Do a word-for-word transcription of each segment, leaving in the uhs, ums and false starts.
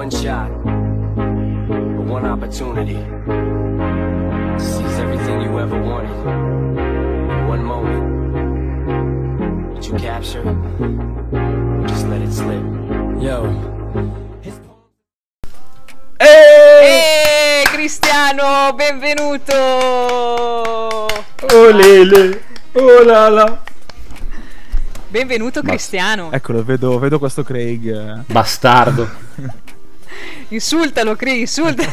one shot, or one opportunity to seize everything you ever wanted in one moment. Did you capture it? Or just let it slip? Yo. Eeeh, Cristiano, benvenuto! Oh lele, oh lala. Benvenuto Cristiano. Eccolo, vedo, vedo questo Craig. Bastardo. Insultalo, Craig, insultalo.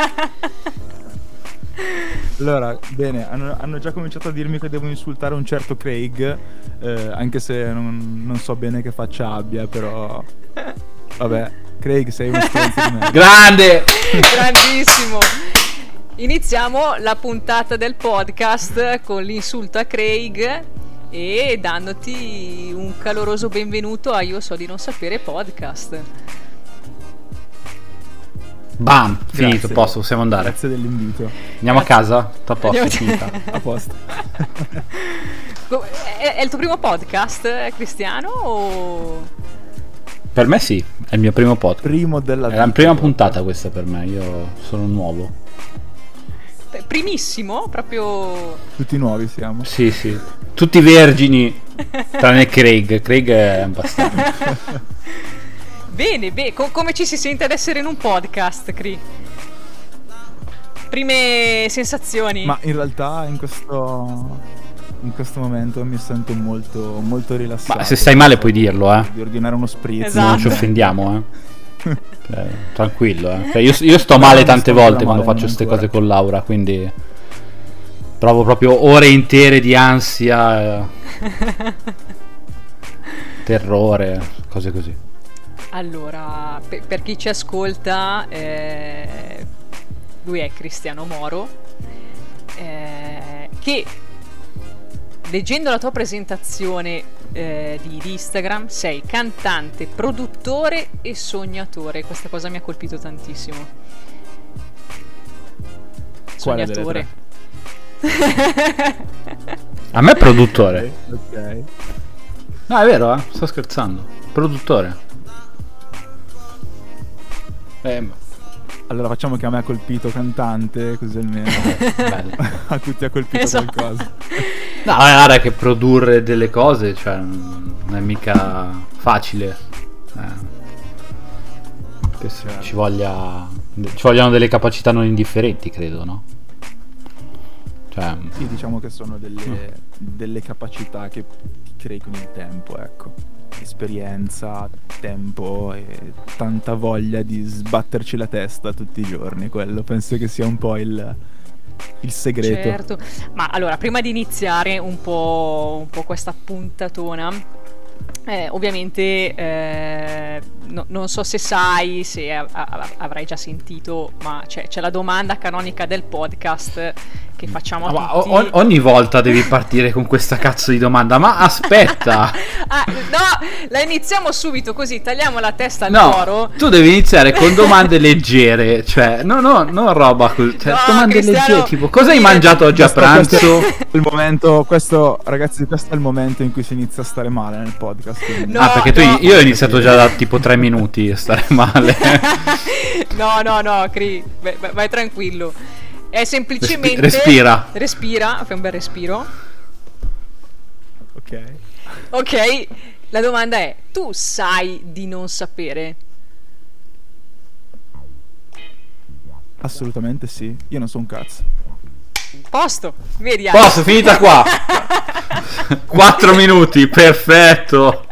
Allora, bene, hanno, hanno già cominciato a dirmi che devo insultare un certo Craig, eh, anche se non, non so bene che faccia abbia, però... Vabbè, Craig, sei uno stronzo di me. Grande! Grandissimo. Iniziamo la puntata del podcast con l'insulto a Craig e dandoti un caloroso benvenuto a Io so di non sapere podcast. Bam, finito, Grazie. posto, possiamo andare. Grazie dell'invito. Andiamo a casa? Sta a posto, Andiamo- finita. A posto. È, è il tuo primo podcast, Cristiano? O... Per me sì, è il mio primo podcast. Primo della È la vita. prima puntata questa per me, io sono nuovo. Primissimo, proprio... Tutti nuovi siamo. Sì, sì. Tutti vergini, tranne Craig. Craig è un bastardo. Bene, bene. Co- come ci si sente ad essere in un podcast, Cri? Prime sensazioni? Ma in realtà in questo... In questo momento mi sento molto, molto rilassato. Ma se stai male puoi dirlo, eh. Di ordinare uno spritz. Esatto. Non ci offendiamo, eh. Cioè, tranquillo, eh. Cioè, io, io sto male Non tante sto ancora volte quando male, faccio non queste ancora. cose con Laura, quindi provo proprio ore intere di ansia, eh, terrore, cose così. Allora, pe- per chi ci ascolta, eh, lui è Cristiano Moro, eh, che leggendo la tua presentazione eh, di, di Instagram sei cantante, produttore e sognatore. Questa cosa mi ha colpito tantissimo. Quale delle Sognatore. A me è produttore. Ok. No, è vero, eh. Sto scherzando. Produttore. Eh, Allora facciamo che a me ha colpito cantante, così almeno bello. a tutti ha colpito Esatto. qualcosa. No, guarda che produrre delle cose, cioè, non è mica facile. Eh. Che se- Certo. ci voglia, ci vogliono delle capacità non indifferenti, credo, no? Cioè, Sì, diciamo che sono delle, delle capacità che ti crei con il tempo, ecco. Esperienza, tempo e tanta voglia di sbatterci la testa tutti i giorni. Quello penso che sia un po' il, il segreto. Certo, ma allora prima di iniziare un po', un po' questa puntatona, eh, ovviamente eh, no- non so se sai, se a- a- avrai già sentito, ma c'è, c'è la domanda canonica del podcast che facciamo a ma tutti. o- ogni volta devi partire con questa cazzo di domanda. Ma aspetta! Ah, no, la iniziamo subito così, tagliamo la testa al No, toro. tu devi iniziare con domande leggere. Cioè, no, no, non roba così. Cioè, No, domande Cristiano, leggere, tipo, cosa hai dire- mangiato oggi a Questo- pranzo? questo è il momento, questo, ragazzi, questo è il momento in cui si inizia a stare male nel podcast. quindi- No, ah, perché tu, no. io ho iniziato già da tipo tre minuti a stare male. No, no, no, Cri, vai, vai- vai tranquillo. È semplicemente... Respi- respira. Respira, fai un bel respiro. Ok. Ok, la domanda è, tu sai di non sapere? Assolutamente sì. Io non so un cazzo. Posto, vedi? Posso, finita qua. Quattro minuti, perfetto.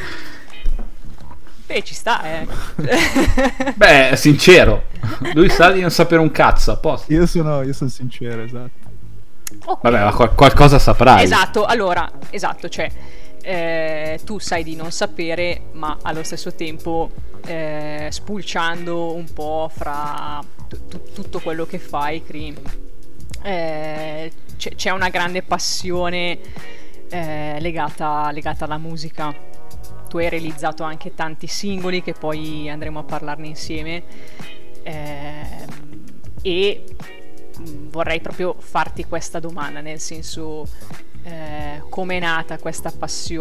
Beh, ci sta, eh. Beh, è sincero. Lui sa di non sapere un cazzo, a posto. Io sono, io sono sincero, esatto. Ok. Vabbè, ma qual- qualcosa saprai. Esatto, allora, esatto, cioè, eh, tu sai di non sapere, ma allo stesso tempo eh, spulciando un po' fra tu- tu- tutto quello che fai, Cri, eh, c'è, c'è una grande passione eh, legata, legata alla musica. Tu hai realizzato anche tanti singoli che poi andremo a parlarne insieme, ehm, e mh, vorrei proprio farti questa domanda, nel senso, eh, come è nata questa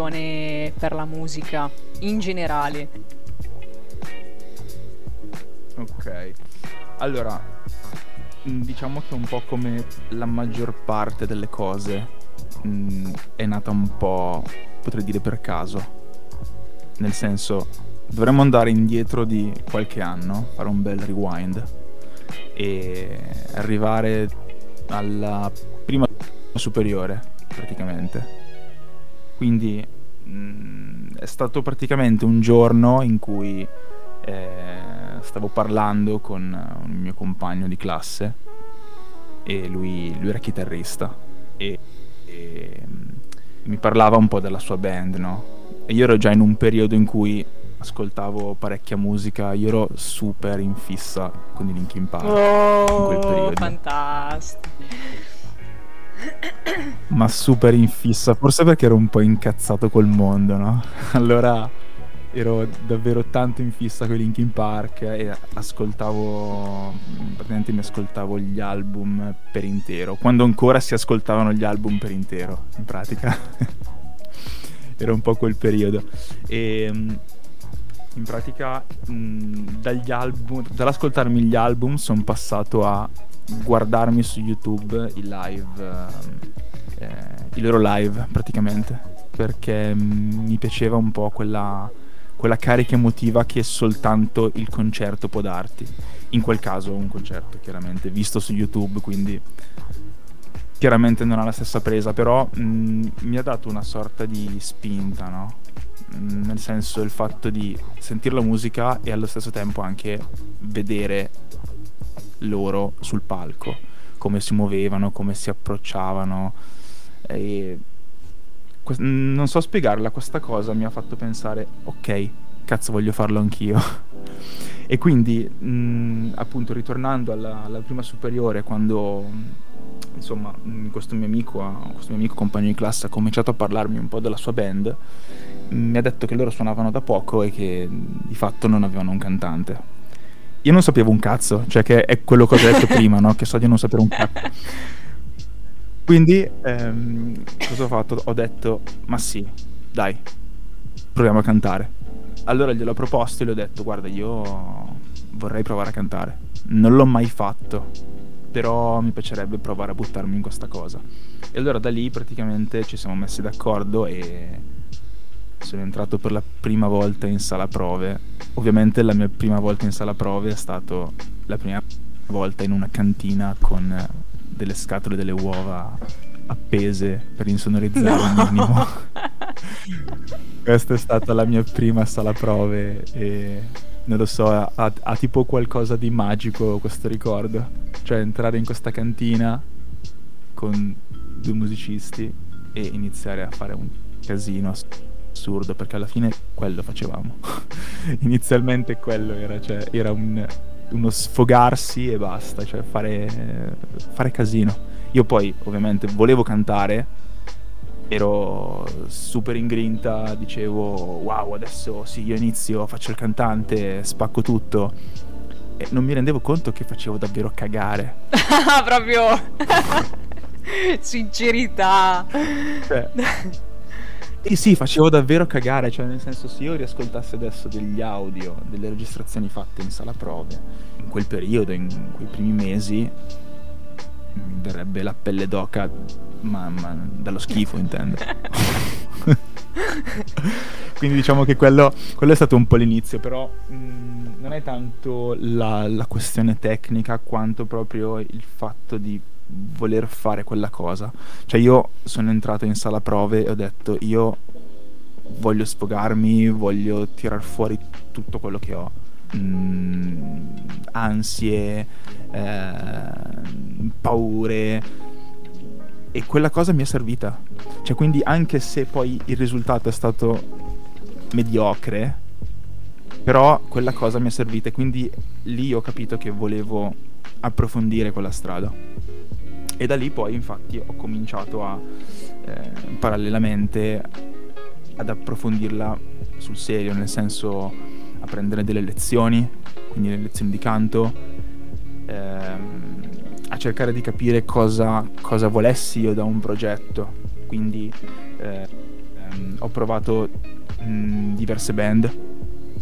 passione per la musica in generale? Ok, allora, mh, diciamo che un po' come la maggior parte delle cose mh, è nata un po', potrei dire, per caso. Nel senso, dovremmo andare indietro di qualche anno, fare un bel rewind e arrivare alla prima superiore, praticamente. Quindi mh, è stato praticamente un giorno in cui eh, stavo parlando con un mio compagno di classe e lui, lui era chitarrista e, e mh, mi parlava un po' della sua band, no? E io ero già in un periodo in cui ascoltavo parecchia musica, io ero super in fissa con i Linkin Park in quel Oh, periodo. fantastico. Ma super in fissa, forse perché ero un po' incazzato col mondo, no? Allora ero davvero tanto in fissa con i Linkin Park e ascoltavo, praticamente mi ascoltavo gli album per intero, quando ancora si ascoltavano gli album per intero, in pratica. Era un po' quel periodo. E in pratica mh, dagli album, dall'ascoltarmi gli album sono passato a guardarmi su YouTube i live, eh, i loro live praticamente, perché mh, mi piaceva un po' quella, quella carica emotiva che soltanto il concerto può darti. In quel caso un concerto chiaramente visto su YouTube, quindi chiaramente non ha la stessa presa, però mh, mi ha dato una sorta di spinta, no? Mh, nel senso, il fatto di sentire la musica e allo stesso tempo anche vedere loro sul palco, come si muovevano, come si approcciavano. E que- non so spiegarla, questa cosa mi ha fatto pensare, ok, cazzo, voglio farlo anch'io. E quindi, mh, appunto, ritornando alla, alla prima superiore, quando insomma questo mio amico, questo mio amico compagno di classe ha cominciato a parlarmi un po' della sua band, mi ha detto che loro suonavano da poco e che di fatto non avevano un cantante. Io non sapevo un cazzo, cioè che è quello che ho detto prima, no? Che so di non sapere un cazzo. Quindi ehm, cosa ho fatto? Ho detto, ma sì, dai, proviamo a cantare. Allora gliel'ho proposto e gli ho detto, guarda, io vorrei provare a cantare. Non l'ho mai fatto, però mi piacerebbe provare a buttarmi in questa cosa. E allora da lì praticamente ci siamo messi d'accordo e sono entrato per la prima volta in sala prove. Ovviamente la mia prima volta in sala prove è stato la prima volta in una cantina con delle scatole delle uova appese per insonorizzare No. il minimo. Questa è stata la mia prima sala prove e non lo so, ha, ha tipo qualcosa di magico questo ricordo. Cioè entrare in questa cantina con due musicisti e iniziare a fare un casino assurdo, perché alla fine quello facevamo. Inizialmente quello era, cioè era un, uno sfogarsi e basta, cioè fare, fare casino. Io poi ovviamente volevo cantare, ero super in grinta, dicevo wow, adesso sì, io inizio, faccio il cantante, spacco tutto, e non mi rendevo conto che facevo davvero cagare. Proprio sincerità. Cioè, sì, sì, facevo davvero cagare, cioè nel senso, se io riascoltassi adesso degli audio, delle registrazioni fatte in sala prove, in quel periodo, in quei primi mesi, mi verrebbe la pelle d'oca, ma, ma dallo schifo, intendo. Quindi diciamo che quello, quello è stato un po' l'inizio, però mh, non è tanto la, la questione tecnica quanto proprio il fatto di voler fare quella cosa. Cioè io sono entrato in sala prove e ho detto, io voglio sfogarmi, voglio tirar fuori tutto quello che ho. Mm, ansie, eh, paure, e quella cosa mi è servita. Cioè, quindi anche se poi il risultato è stato mediocre, però quella cosa mi è servita, e quindi lì ho capito che volevo approfondire quella strada. E da lì poi infatti ho cominciato a eh, parallelamente ad approfondirla sul serio, nel senso a prendere delle lezioni, quindi le lezioni di canto, ehm, a cercare di capire cosa, cosa volessi io da un progetto. Quindi eh, ehm, ho provato mh, diverse band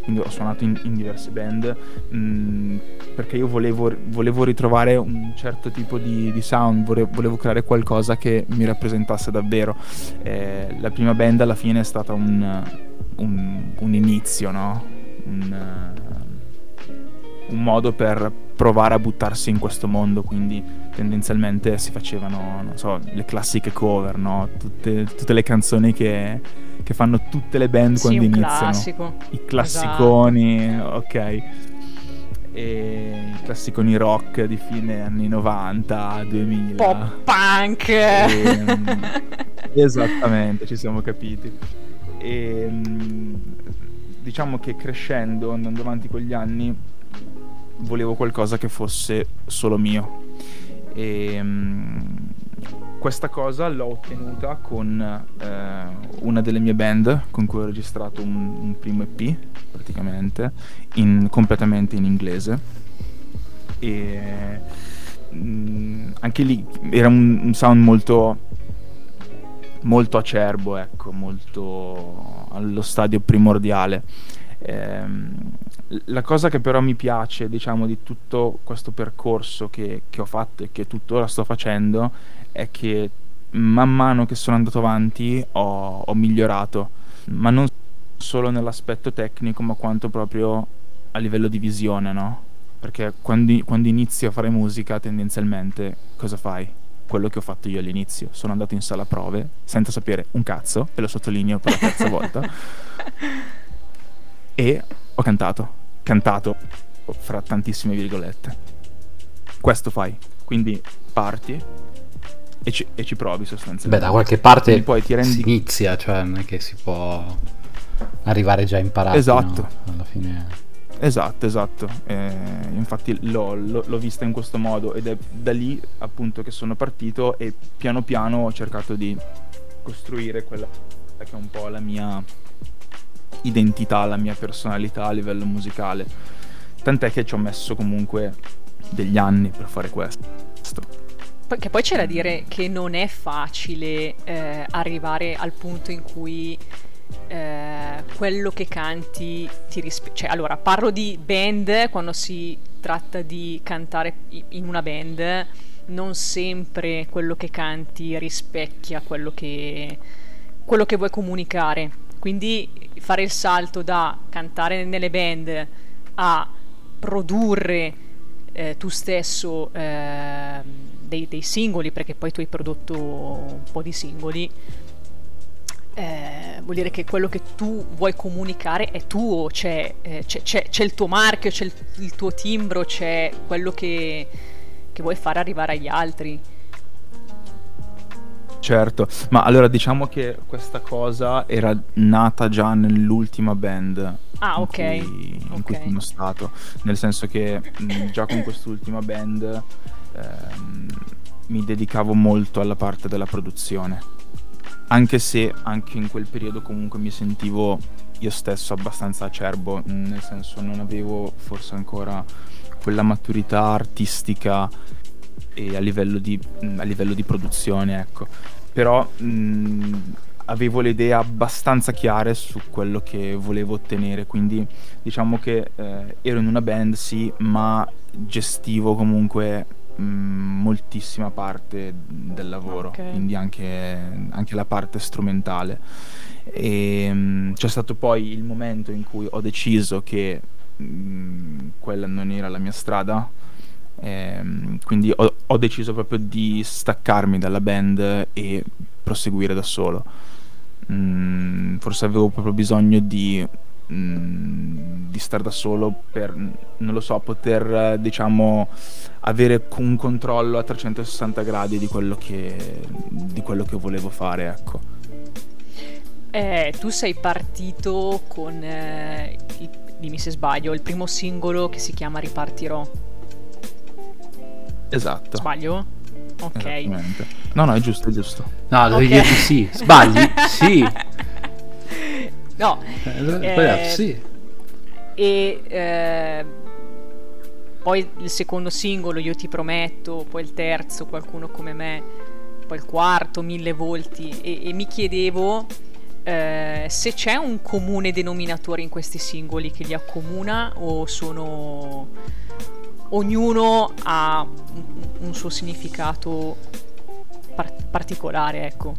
quindi ho suonato in, in diverse band, mh, perché io volevo, volevo ritrovare un certo tipo di, di sound, volevo, volevo creare qualcosa che mi rappresentasse davvero. Eh, la prima band alla fine è stata un, un, un inizio, no? Un, un modo per provare a buttarsi in questo mondo, quindi tendenzialmente si facevano, non so, le classiche cover, no? Tutte, tutte le canzoni che, che fanno tutte le band Sì, quando un iniziano. classico. I classiconi, ok. E i classiconi rock di fine anni novanta, duemila. Pop punk. E, esattamente, ci siamo capiti. E diciamo che crescendo, andando avanti con gli anni, volevo qualcosa che fosse solo mio. E um, questa cosa l'ho ottenuta con eh, una delle mie band con cui ho registrato un, un primo E P, praticamente in, completamente in inglese. E um, anche lì era un, un sound molto molto acerbo, ecco, molto allo stadio primordiale. Ehm, la cosa che però mi piace, diciamo, di tutto questo percorso che, che ho fatto e che tuttora sto facendo è che man mano che sono andato avanti ho, ho migliorato, ma non solo nell'aspetto tecnico, ma quanto proprio a livello di visione, no? Perché quando, quando inizi a fare musica, tendenzialmente cosa fai? Quello che ho fatto io all'inizio. Sono andato in sala prove senza sapere un cazzo, e lo sottolineo per la terza volta, e ho cantato cantato fra tantissime virgolette. Questo fai, quindi parti e ci, e ci provi sostanzialmente. Beh, da qualche parte quindi poi ti rendi... si inizia, cioè non è che si può arrivare già imparati, esatto, no? Alla fine esatto, esatto. Eh, infatti l'ho, l'ho, l'ho vista in questo modo, ed è da lì appunto che sono partito, e piano piano ho cercato di costruire quella che è un po' la mia identità, la mia personalità a livello musicale, tant'è che ci ho messo comunque degli anni per fare questo. Perché poi c'è da dire che non è facile eh, arrivare al punto in cui eh, quello che canti ti rispecchia. Cioè, allora, parlo di band, quando si tratta di cantare in una band, non sempre quello che canti rispecchia quello che, quello che vuoi comunicare. Quindi fare il salto da cantare nelle band a produrre eh, tu stesso eh, dei, dei singoli, perché poi tu hai prodotto un po' di singoli, eh, vuol dire che quello che tu vuoi comunicare è tuo, c'è, eh, c'è, c'è, c'è il tuo marchio, c'è il, il tuo timbro, c'è quello che, che vuoi fare arrivare agli altri. Certo, ma allora diciamo che questa cosa era nata già nell'ultima band ah, in, okay. cui, in okay. cui sono stato, nel senso che mh, già con quest'ultima band ehm, mi dedicavo molto alla parte della produzione, anche se anche in quel periodo comunque mi sentivo io stesso abbastanza acerbo, nel senso non avevo forse ancora quella maturità artistica e a livello di, a livello di produzione, ecco. Però mh, avevo le idee abbastanza chiare su quello che volevo ottenere, quindi diciamo che eh, ero in una band, sì, ma gestivo comunque mh, moltissima parte del lavoro, okay. Quindi anche, anche la parte strumentale. E mh, c'è stato poi il momento in cui ho deciso che mh, quella non era la mia strada. Ehm, quindi ho, ho deciso proprio di staccarmi dalla band e proseguire da solo. Mm, forse avevo proprio bisogno di, mm, di stare da solo per, non lo so, poter, diciamo, avere un controllo a trecentosessanta gradi di quello che, di quello che volevo fare, ecco. Eh, tu sei partito con, eh, il, dimmi se sbaglio, il primo singolo che si chiama Ripartirò. Esatto. Sbaglio? Ok. No, no, è giusto, è giusto. No, devi okay. dirti sì. Sbagli? Sì. No. Eh, sì. E eh, poi il secondo singolo, Io ti prometto, poi il terzo, Qualcuno come me, poi il quarto, Mille volti. E, e mi chiedevo eh, se c'è un comune denominatore in questi singoli che li accomuna, o sono ognuno ha un, un suo significato par- particolare, ecco.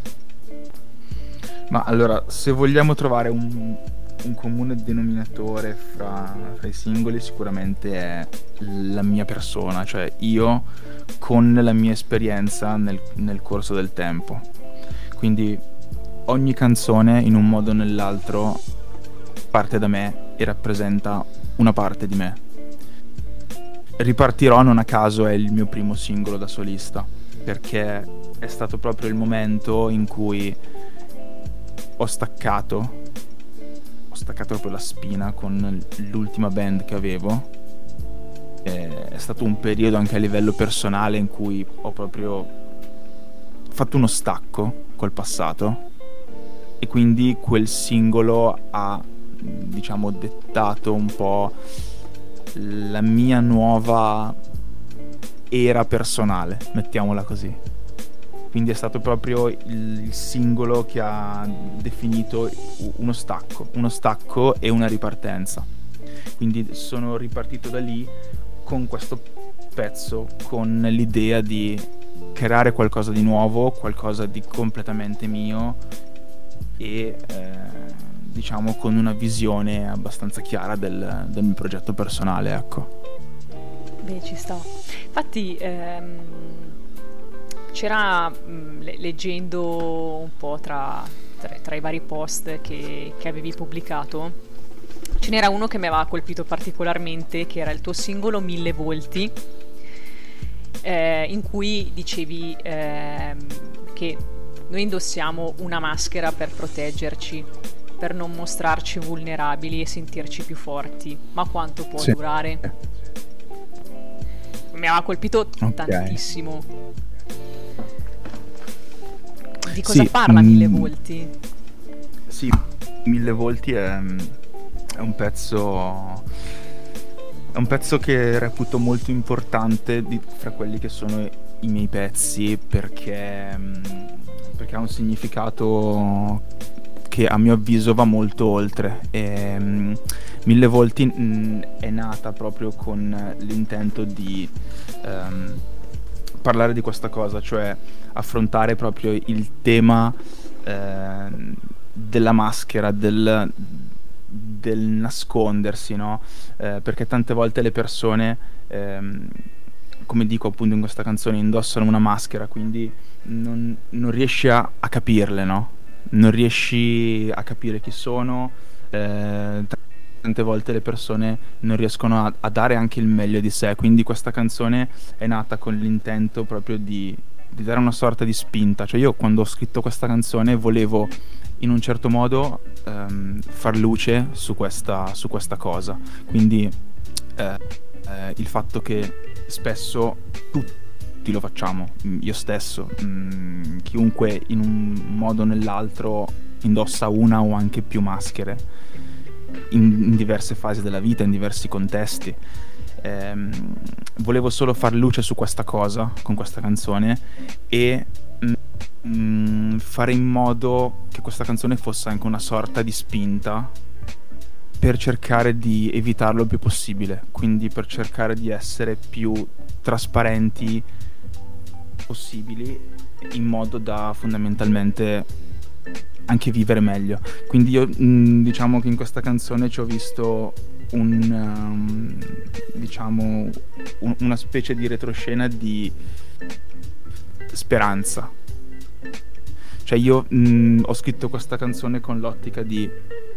Ma allora, se vogliamo trovare un, un comune denominatore fra, fra i singoli, sicuramente è la mia persona, cioè io con la mia esperienza nel, nel corso del tempo. Quindi ogni canzone, in un modo o nell'altro, parte da me e rappresenta una parte di me. Ripartirò non a caso è il mio primo singolo da solista, perché è stato proprio il momento in cui ho staccato ho staccato proprio la spina con l'ultima band che avevo. È stato un periodo anche a livello personale in cui ho proprio fatto uno stacco col passato, e quindi quel singolo ha, diciamo, dettato un po' la mia nuova era personale, mettiamola così. Quindi è stato proprio il, il singolo che ha definito uno stacco, uno stacco e una ripartenza. Quindi sono ripartito da lì con questo pezzo, con l'idea di creare qualcosa di nuovo, qualcosa di completamente mio e eh, diciamo con una visione abbastanza chiara del, del mio progetto personale, ecco. Beh, ci sta. Infatti ehm, c'era, mh, le- leggendo un po' tra, tra, tra i vari post che, che avevi pubblicato, ce n'era uno che mi aveva colpito particolarmente, che era il tuo singolo Mille Volti, eh, in cui dicevi ehm, che noi indossiamo una maschera per proteggerci, per non mostrarci vulnerabili e sentirci più forti, ma quanto può Sì. durare? Mi aveva colpito Ok. tantissimo. Di cosa Sì, parla mm, Mille Volti? Sì, Mille Volti è, è un pezzo è un pezzo che reputo molto importante di- fra quelli che sono i miei pezzi, perché, mm, perché ha un significato che a mio avviso va molto oltre. E, mm, Mille Volti mm, è nata proprio con l'intento di ehm, parlare di questa cosa, cioè affrontare proprio il tema ehm, della maschera, del, del nascondersi, no? Eh, perché tante volte le persone, ehm, come dico appunto in questa canzone, indossano una maschera, quindi non, non riesci a, a capirle, no? Non riesci a capire chi sono. eh, t- tante volte le persone non riescono a, a dare anche il meglio di sé, quindi questa canzone è nata con l'intento proprio di, di dare una sorta di spinta. Cioè io quando ho scritto questa canzone volevo in un certo modo ehm, far luce su questa, su questa cosa, quindi eh, eh, il fatto che spesso tutti lo facciamo, mm, io stesso, mm, chiunque in un modo o nell'altro indossa una o anche più maschere in, in diverse fasi della vita, in diversi contesti. Ehm, volevo solo far luce su questa cosa con questa canzone e mm, fare in modo che questa canzone fosse anche una sorta di spinta per cercare di evitarlo il più possibile, quindi per cercare di essere più trasparenti possibili, in modo da fondamentalmente anche vivere meglio. Quindi io mh, diciamo che in questa canzone ci ho visto un um, diciamo un- una specie di retroscena di speranza. Cioè io mh, ho scritto questa canzone con l'ottica di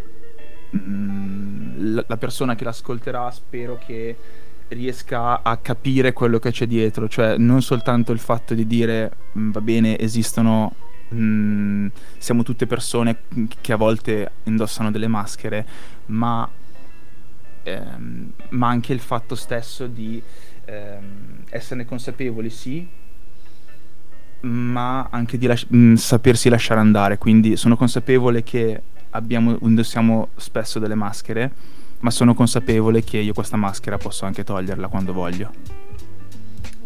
mh, la, la persona che l'ascolterà, spero che riesca a capire quello che c'è dietro, cioè non soltanto il fatto di dire "Mm, va bene, esistono, mm, siamo tutte persone che a volte indossano delle maschere", ma, ehm, ma anche il fatto stesso di ehm, esserne consapevoli, sì, ma anche di lasci- mm, sapersi lasciare andare. Quindi sono consapevole che abbiamo, indossiamo spesso delle maschere, ma sono consapevole che io questa maschera posso anche toglierla quando voglio.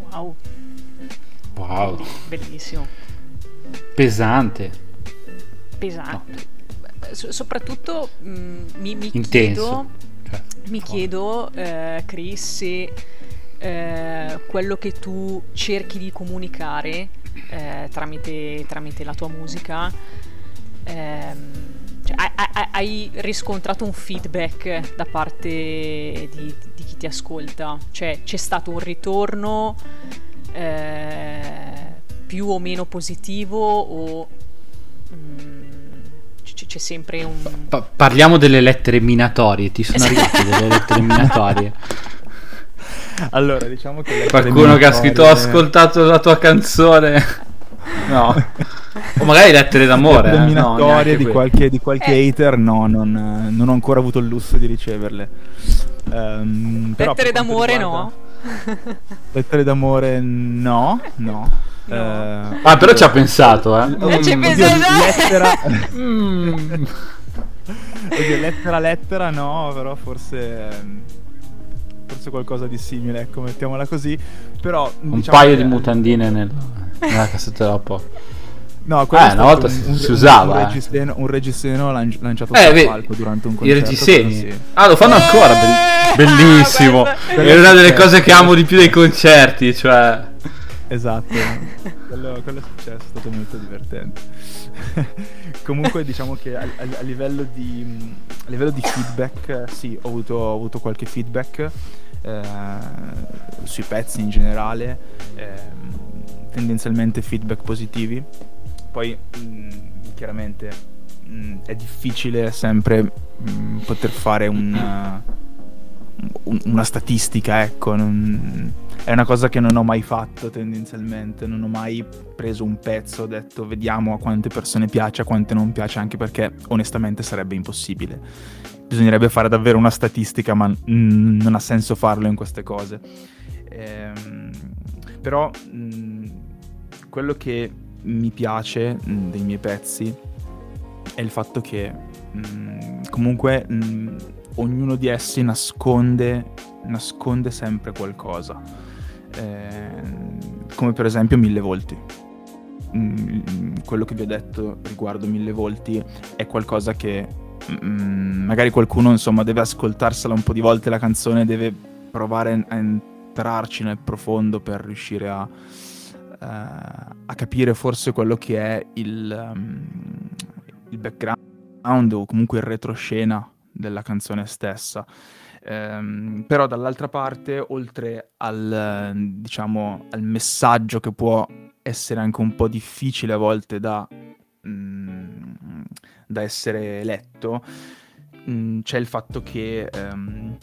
Wow, Wow, bellissimo. pesante. pesante. No. So- soprattutto mh, mi, mi Intenso. chiedo, Cioè, mi forte. chiedo eh, Chris, se eh, quello che tu cerchi di comunicare eh, tramite, tramite la tua musica, ehm, cioè, hai, hai- hai riscontrato un feedback da parte di, di chi ti ascolta? Cioè, c'è stato un ritorno eh, più o meno positivo, o mm, c- c'è sempre un... Pa- parliamo delle lettere minatorie. Ti sono arrivate delle lettere minatorie? Allora, diciamo che le Qualcuno che ha scritto ho ascoltato la tua canzone. No. O magari lettere d'amore. le eh? No, minatorie neanche di quelle. qualche, di qualche Eh. hater, no, non, eh, non ho ancora avuto il lusso di riceverle. Ehm, però Lettere per quanto d'amore riguarda- no? Lettere d'amore no, no. No. Eh, Ah, però ci ha pensato, eh. oddio, ci hai oddio, pensato? lettera Mm. oddio, lettera lettera no, però forse forse qualcosa di simile, ecco, mettiamola così. Però Un diciamo paio che- di mutandine nel- nella cassetta della porta. No, quello Eh, è una stato volta un, si- un- si usava, un eh. reggiseno, un reggiseno lan- lanciato Eh, sul vedi, palco durante un I concerto. reggiseni. quello sì. Ah, lo fanno ancora. be- Eh, bellissimo. guarda. È una delle Quello cose è che amo di più dei concerti. Cioè, Esatto, quello, quello è successo, è stato molto divertente. Comunque diciamo che a, a- a livello di a livello di feedback, eh, sì, ho avuto, ho avuto qualche feedback eh, sui pezzi in generale, ehm, tendenzialmente feedback positivi. Poi mh, chiaramente mh, è difficile sempre mh, poter fare un, un- una statistica, ecco, non- è una cosa che non ho mai fatto tendenzialmente, non ho mai preso un pezzo, ho detto vediamo a quante persone piace, a quante non piace, anche perché onestamente sarebbe impossibile. Bisognerebbe fare davvero una statistica, ma mm, non ha senso farlo in queste cose. Ehm, però mm, quello che mi piace mm, dei miei pezzi è il fatto che mm, comunque mm, ognuno di essi nasconde, nasconde sempre qualcosa. Ehm, come per esempio Mille Volti. Mm, quello che vi ho detto riguardo Mille Volti è qualcosa che mm, magari qualcuno insomma deve ascoltarsela un po' di volte la canzone, deve provare a entrarci nel profondo per riuscire a, eh, a capire forse quello che è il, um, il background o comunque il retroscena della canzone stessa. Ehm, però dall'altra parte, oltre al, eh, diciamo, al messaggio che può essere anche un po' difficile a volte da, mm, da essere letto, mm, c'è il fatto che ehm,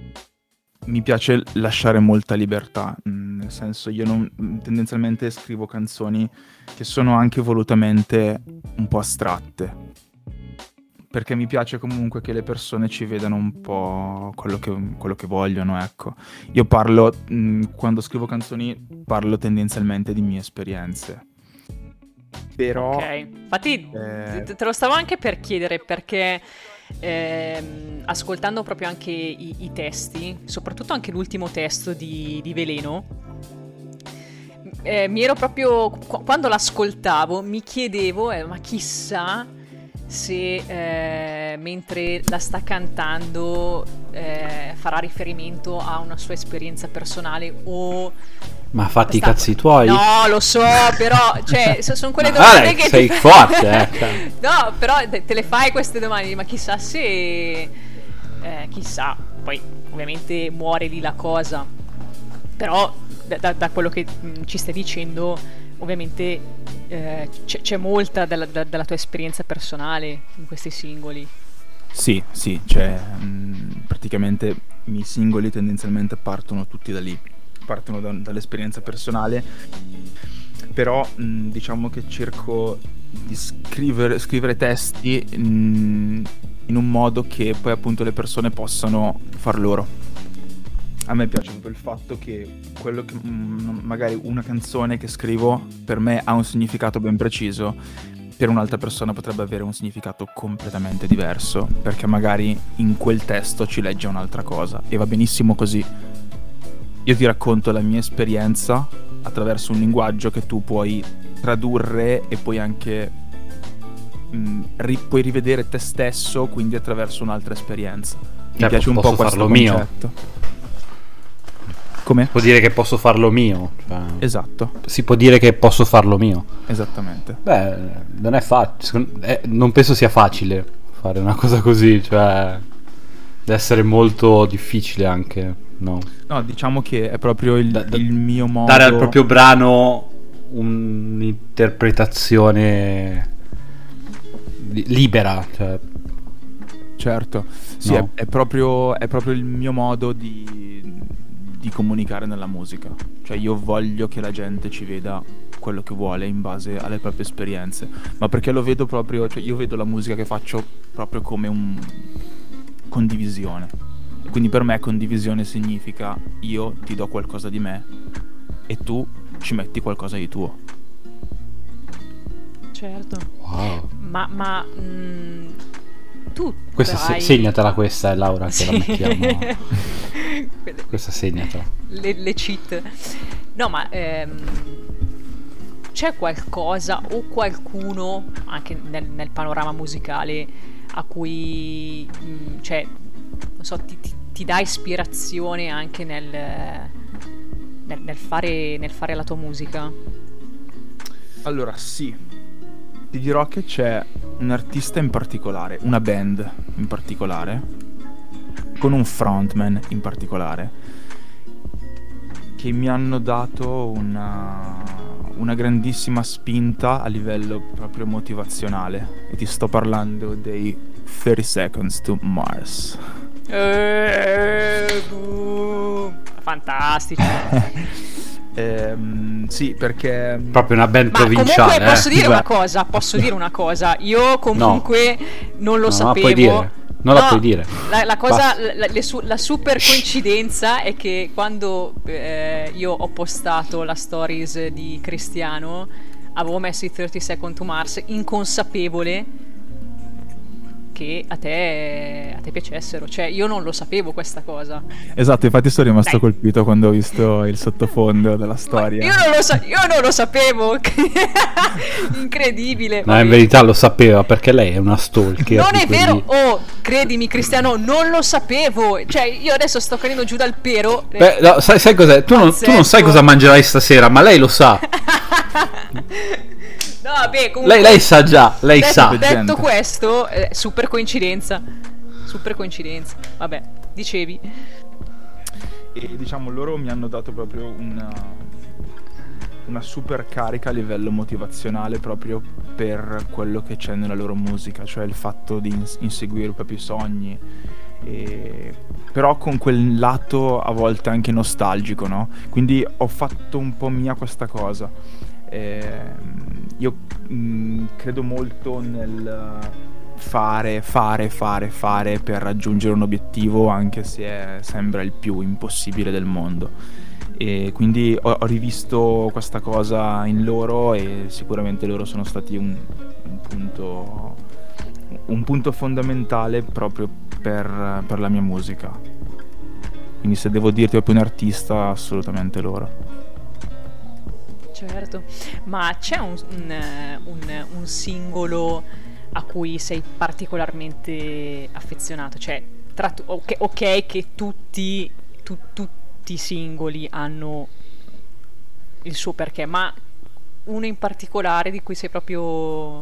mi piace lasciare molta libertà, mm, nel senso io non, tendenzialmente scrivo canzoni che sono anche volutamente un po' astratte, perché mi piace comunque che le persone ci vedano un po' quello che, quello che vogliono, ecco. Io parlo, mh, quando scrivo canzoni, parlo tendenzialmente di mie esperienze. Però... Ok, infatti eh, te te lo stavo anche per chiedere, perché ehm, ascoltando proprio anche i, i testi, soprattutto anche l'ultimo testo di, di Veleno, eh, mi ero proprio, qu- quando l'ascoltavo mi chiedevo, eh, ma chissà se eh, mentre la sta cantando eh, farà riferimento a una sua esperienza personale o... ma fatti i Sta- cazzi tuoi. No, lo so, però, cioè, so- sono quelle Ma domande guarda, che sei ti- forte, eh, cioè. No, però te, te le fai queste domande, ma chissà se... eh, chissà, poi ovviamente muore lì la cosa, però da, da- da quello che mh, ci stai dicendo, ovviamente eh, c'è, c'è molta della, da- della tua esperienza personale in questi singoli. Sì, sì, cioè mh, praticamente i miei singoli tendenzialmente partono tutti da lì, partono da- dall'esperienza personale, però mh, diciamo che cerco di scrivere, scrivere testi mh, in un modo che poi appunto le persone possano far loro. A me piace proprio il fatto che quello che mh, magari una canzone che scrivo per me ha un significato ben preciso, per un'altra persona potrebbe avere un significato completamente diverso, perché magari in quel testo ci legge un'altra cosa e va benissimo così. Io ti racconto la mia esperienza attraverso un linguaggio che tu puoi tradurre e puoi anche mh, ri- puoi rivedere te stesso, quindi attraverso un'altra esperienza. Mi Cioè, piace un posso po' questo farlo mio. concetto. Come? Può dire che posso farlo mio. Cioè, Esatto, si può dire che posso farlo mio. esattamente. Beh, non è facile. Eh, non penso sia facile fare una cosa così. Cioè, deve essere molto difficile anche. No. No, diciamo che è proprio il, Da- da- il mio modo. Dare al proprio brano un'interpretazione li- libera. Cioè, Certo, sì, No. è, è proprio, è proprio il mio modo di, di comunicare nella musica. Cioè io voglio che la gente ci veda quello che vuole in base alle proprie esperienze, ma perché lo vedo proprio, cioè io vedo la musica che faccio proprio come un condivisione. E quindi per me condivisione significa io ti do qualcosa di me e tu ci metti qualcosa di tuo. Certo. wow. Ma, ma mh, tu Questa se- hai- segnatela questa, è Laura, che Sì. la mettiamo. Quelle- Questa segnatela. le, le cheat. No, ma ehm, c'è qualcosa o qualcuno anche nel, nel panorama musicale a cui mh, cioè, non so, ti, ti- ti dà ispirazione anche nel, nel, nel fare, nel fare la tua musica? Allora, sì. Ti dirò che c'è un artista in particolare, una band in particolare, con un frontman in particolare, che mi hanno dato una, una grandissima spinta a livello proprio motivazionale. E ti sto parlando dei thirty Seconds to Mars. Eh, boh. Fantastici. Ehm, sì, perché Proprio una band Ma provinciale. comunque posso eh. dire Beh, una cosa, posso dire una cosa. Io comunque non lo No, sapevo. puoi dire. Non la No, puoi dire. La, la cosa, Basta. la, le su- la super coincidenza è che quando eh, io ho postato la stories di Cristiano, avevo messo i thirty Second to Mars, inconsapevole che a te, a te piacessero. Cioè, io non lo sapevo questa cosa. esatto, infatti sono rimasto Dai. colpito quando ho visto il sottofondo della storia. Ma io non lo, sa- io non lo sapevo. Incredibile. No, vabbè. in verità lo sapeva perché lei è una stalker. Non di è quelli- vero, oh, credimi Cristiano, non lo sapevo. Cioè, io adesso sto cadendo giù dal pero. Beh, no, sai, sai cos'è? Tu non, tu non sai Pazzesco. cosa mangerai stasera, ma lei lo sa. No, vabbè, comunque. Lei, lei sa già, lei detto, sa. Gente. detto questo, eh, super coincidenza. Super coincidenza. Vabbè, dicevi. E diciamo loro mi hanno dato proprio una, una super carica a livello motivazionale proprio per quello che c'è nella loro musica, cioè il fatto di ins- inseguire i propri sogni, e... però con quel lato a volte anche nostalgico, no? Quindi ho fatto un po' mia questa cosa. Ehm, io mh, credo molto nel fare, fare, fare, fare per raggiungere un obiettivo, anche se è- sembra il più impossibile del mondo. E quindi ho, ho rivisto questa cosa in loro e sicuramente loro sono stati un, un punto un punto fondamentale proprio per, per la mia musica. Quindi se devo dirti proprio un artista, assolutamente loro. Certo. Ma c'è un, un, un- un singolo a cui sei particolarmente affezionato? Cioè, tra tu- ok, ok che tutti, tu- tutti i singoli hanno il suo perché, ma uno in particolare di cui sei proprio...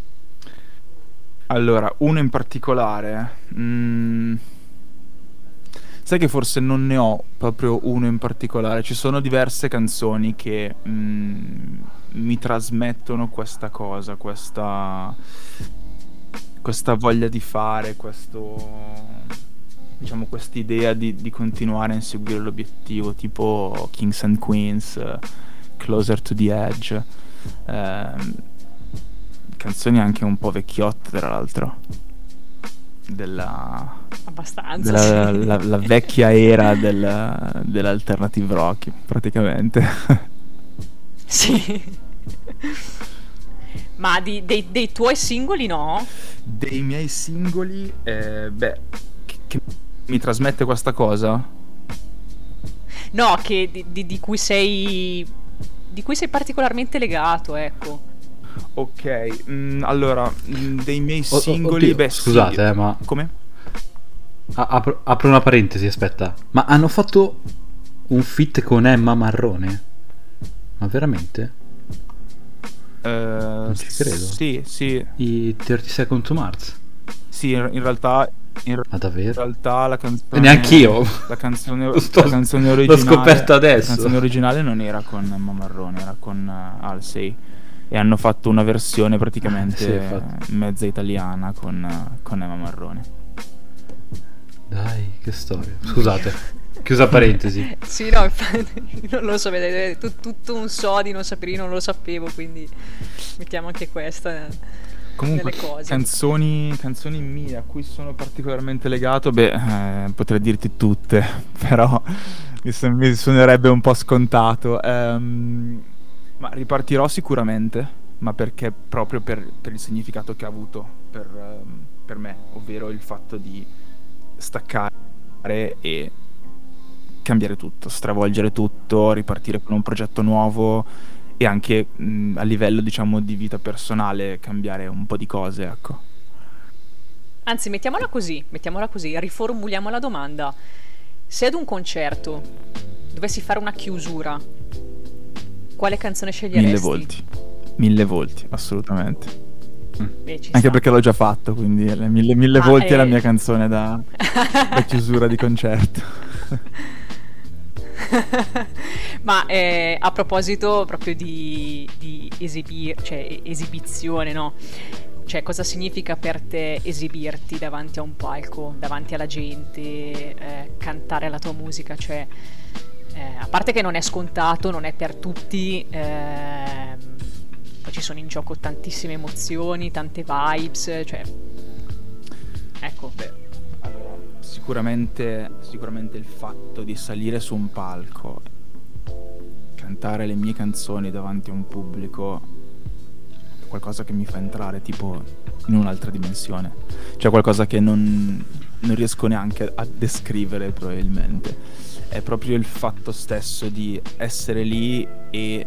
Allora, uno in particolare, mm, sai che forse non ne ho proprio uno in particolare. Ci sono diverse canzoni che mm, mi trasmettono questa cosa, questa, questa voglia di fare, questo, diciamo, quest'idea di, di continuare a inseguire l'obiettivo, tipo Kings and Queens, eh, Closer to the Edge. ehm, Canzoni anche un po' vecchiotte, tra l'altro, della, abbastanza. della sì. la, la vecchia era del, dell'alternative rock, praticamente. Sì. Ma di- dei, dei tuoi singoli no? Dei miei singoli, eh, beh, che, che mi trasmette questa cosa? No, che di, di- di cui sei di cui sei particolarmente legato, ecco. Ok, mm, allora, mm, dei miei O- o- singoli, oddio, beh, scusate, sì. eh, ma Come? a- apro, apro una parentesi, aspetta. Ma hanno fatto un feat con Emma Marrone? Ma veramente? Eh, Non ci credo. Sì, sì, I thirty Seconds to Mars? sì, in in realtà, in Ma davvero? realtà la canzone... E neanch'io. La canzone, Lo sto- la canzone l'ho originale... scoperto adesso. La canzone originale non era con Emma Marrone, era con uh, Halsey. E hanno fatto una versione praticamente Sì, infatti. mezza italiana con, uh, con Emma Marrone. Dai, che storia. Scusate, chiusa parentesi. Sì, no, infatti, non lo so, vedete, tu- tutto un so di non sapere, io non lo sapevo, quindi mettiamo anche questa Comunque, nelle cose. canzoni, canzoni mie a cui sono particolarmente legato, beh, eh, potrei dirti tutte, però mi, sem- mi suonerebbe un po' scontato. Ehm, ma ripartirò sicuramente, ma perché proprio per, per il significato che ha avuto per, ehm, per me, ovvero il fatto di staccare e cambiare tutto, stravolgere tutto, ripartire con un progetto nuovo e anche mh, a livello, diciamo, di vita personale cambiare un po' di cose, ecco. Anzi, mettiamola così, mettiamola così, riformuliamo la domanda. Se ad un concerto dovessi fare una chiusura, quale canzone sceglieresti? Mille volti. Mille volti, assolutamente. Beh, ci Anche sta. perché l'ho già fatto, quindi le mille, mille Ah, volti è la eh. mia canzone da, da chiusura di concerto. Ma eh, a proposito proprio di, di esibir, cioè esibizione, no? Cioè, cosa significa per te esibirti davanti a un palco, davanti alla gente, eh, cantare la tua musica? Cioè, eh, a parte che non è scontato, non è per tutti, ehm, poi ci sono in gioco tantissime emozioni, tante vibes, cioè, ecco. Beh, allora, sicuramente, sicuramente il fatto di salire su un palco, cantare le mie canzoni davanti a un pubblico, è qualcosa che mi fa entrare tipo in un'altra dimensione. Cioè qualcosa che non, non riesco neanche a descrivere probabilmente. È proprio il fatto stesso di essere lì e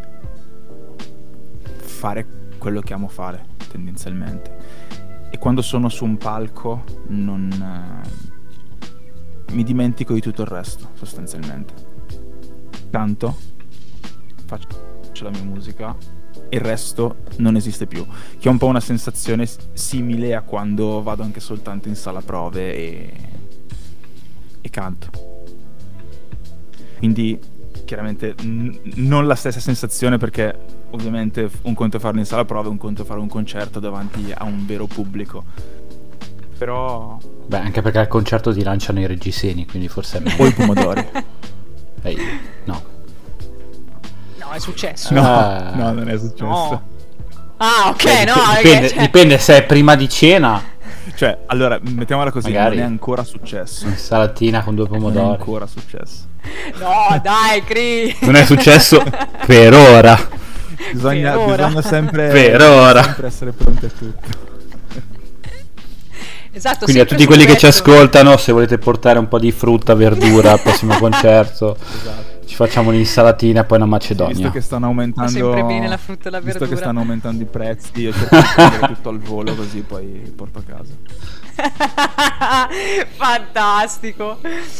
fare quello che amo fare, tendenzialmente. E quando sono su un palco non eh, mi dimentico di tutto il resto, sostanzialmente. Canto, faccio la mia musica, il resto non esiste più. Che è un po' una sensazione s- simile a quando vado anche soltanto in sala prove e, e canto. Quindi chiaramente n- non la stessa sensazione, perché ovviamente un conto è farlo in sala prove, un conto è fare un concerto davanti a un vero pubblico. Però... Beh, anche perché al concerto ti lanciano i reggiseni, quindi forse è o meglio. i pomodori. Ehi, no. No, è successo. No, Ah. no, non è successo. No. Ah, ok, Beh, no, dip- perché, dipende, cioè- dipende se è prima di cena, Cioè, allora, mettiamola così, Magari. non è ancora successo. salatina con due Non è pomodori. ancora successo. No, dai, Cri. Non è successo per ora. Bisogna, Per ora. bisogna sempre, Per ora. sempre essere pronti a tutto. Esatto, Quindi a sempre tutti quelli che ci sul pezzo. ascoltano, se volete portare un po' di frutta, verdura al prossimo concerto, Esatto. ci facciamo un'insalatina e poi una Visto macedonia. che stanno aumentando, Fa sempre bene la frutta e la visto verdura. che stanno aumentando i prezzi, io cerco di prendere tutto al volo, così poi porto a casa. Fantastico.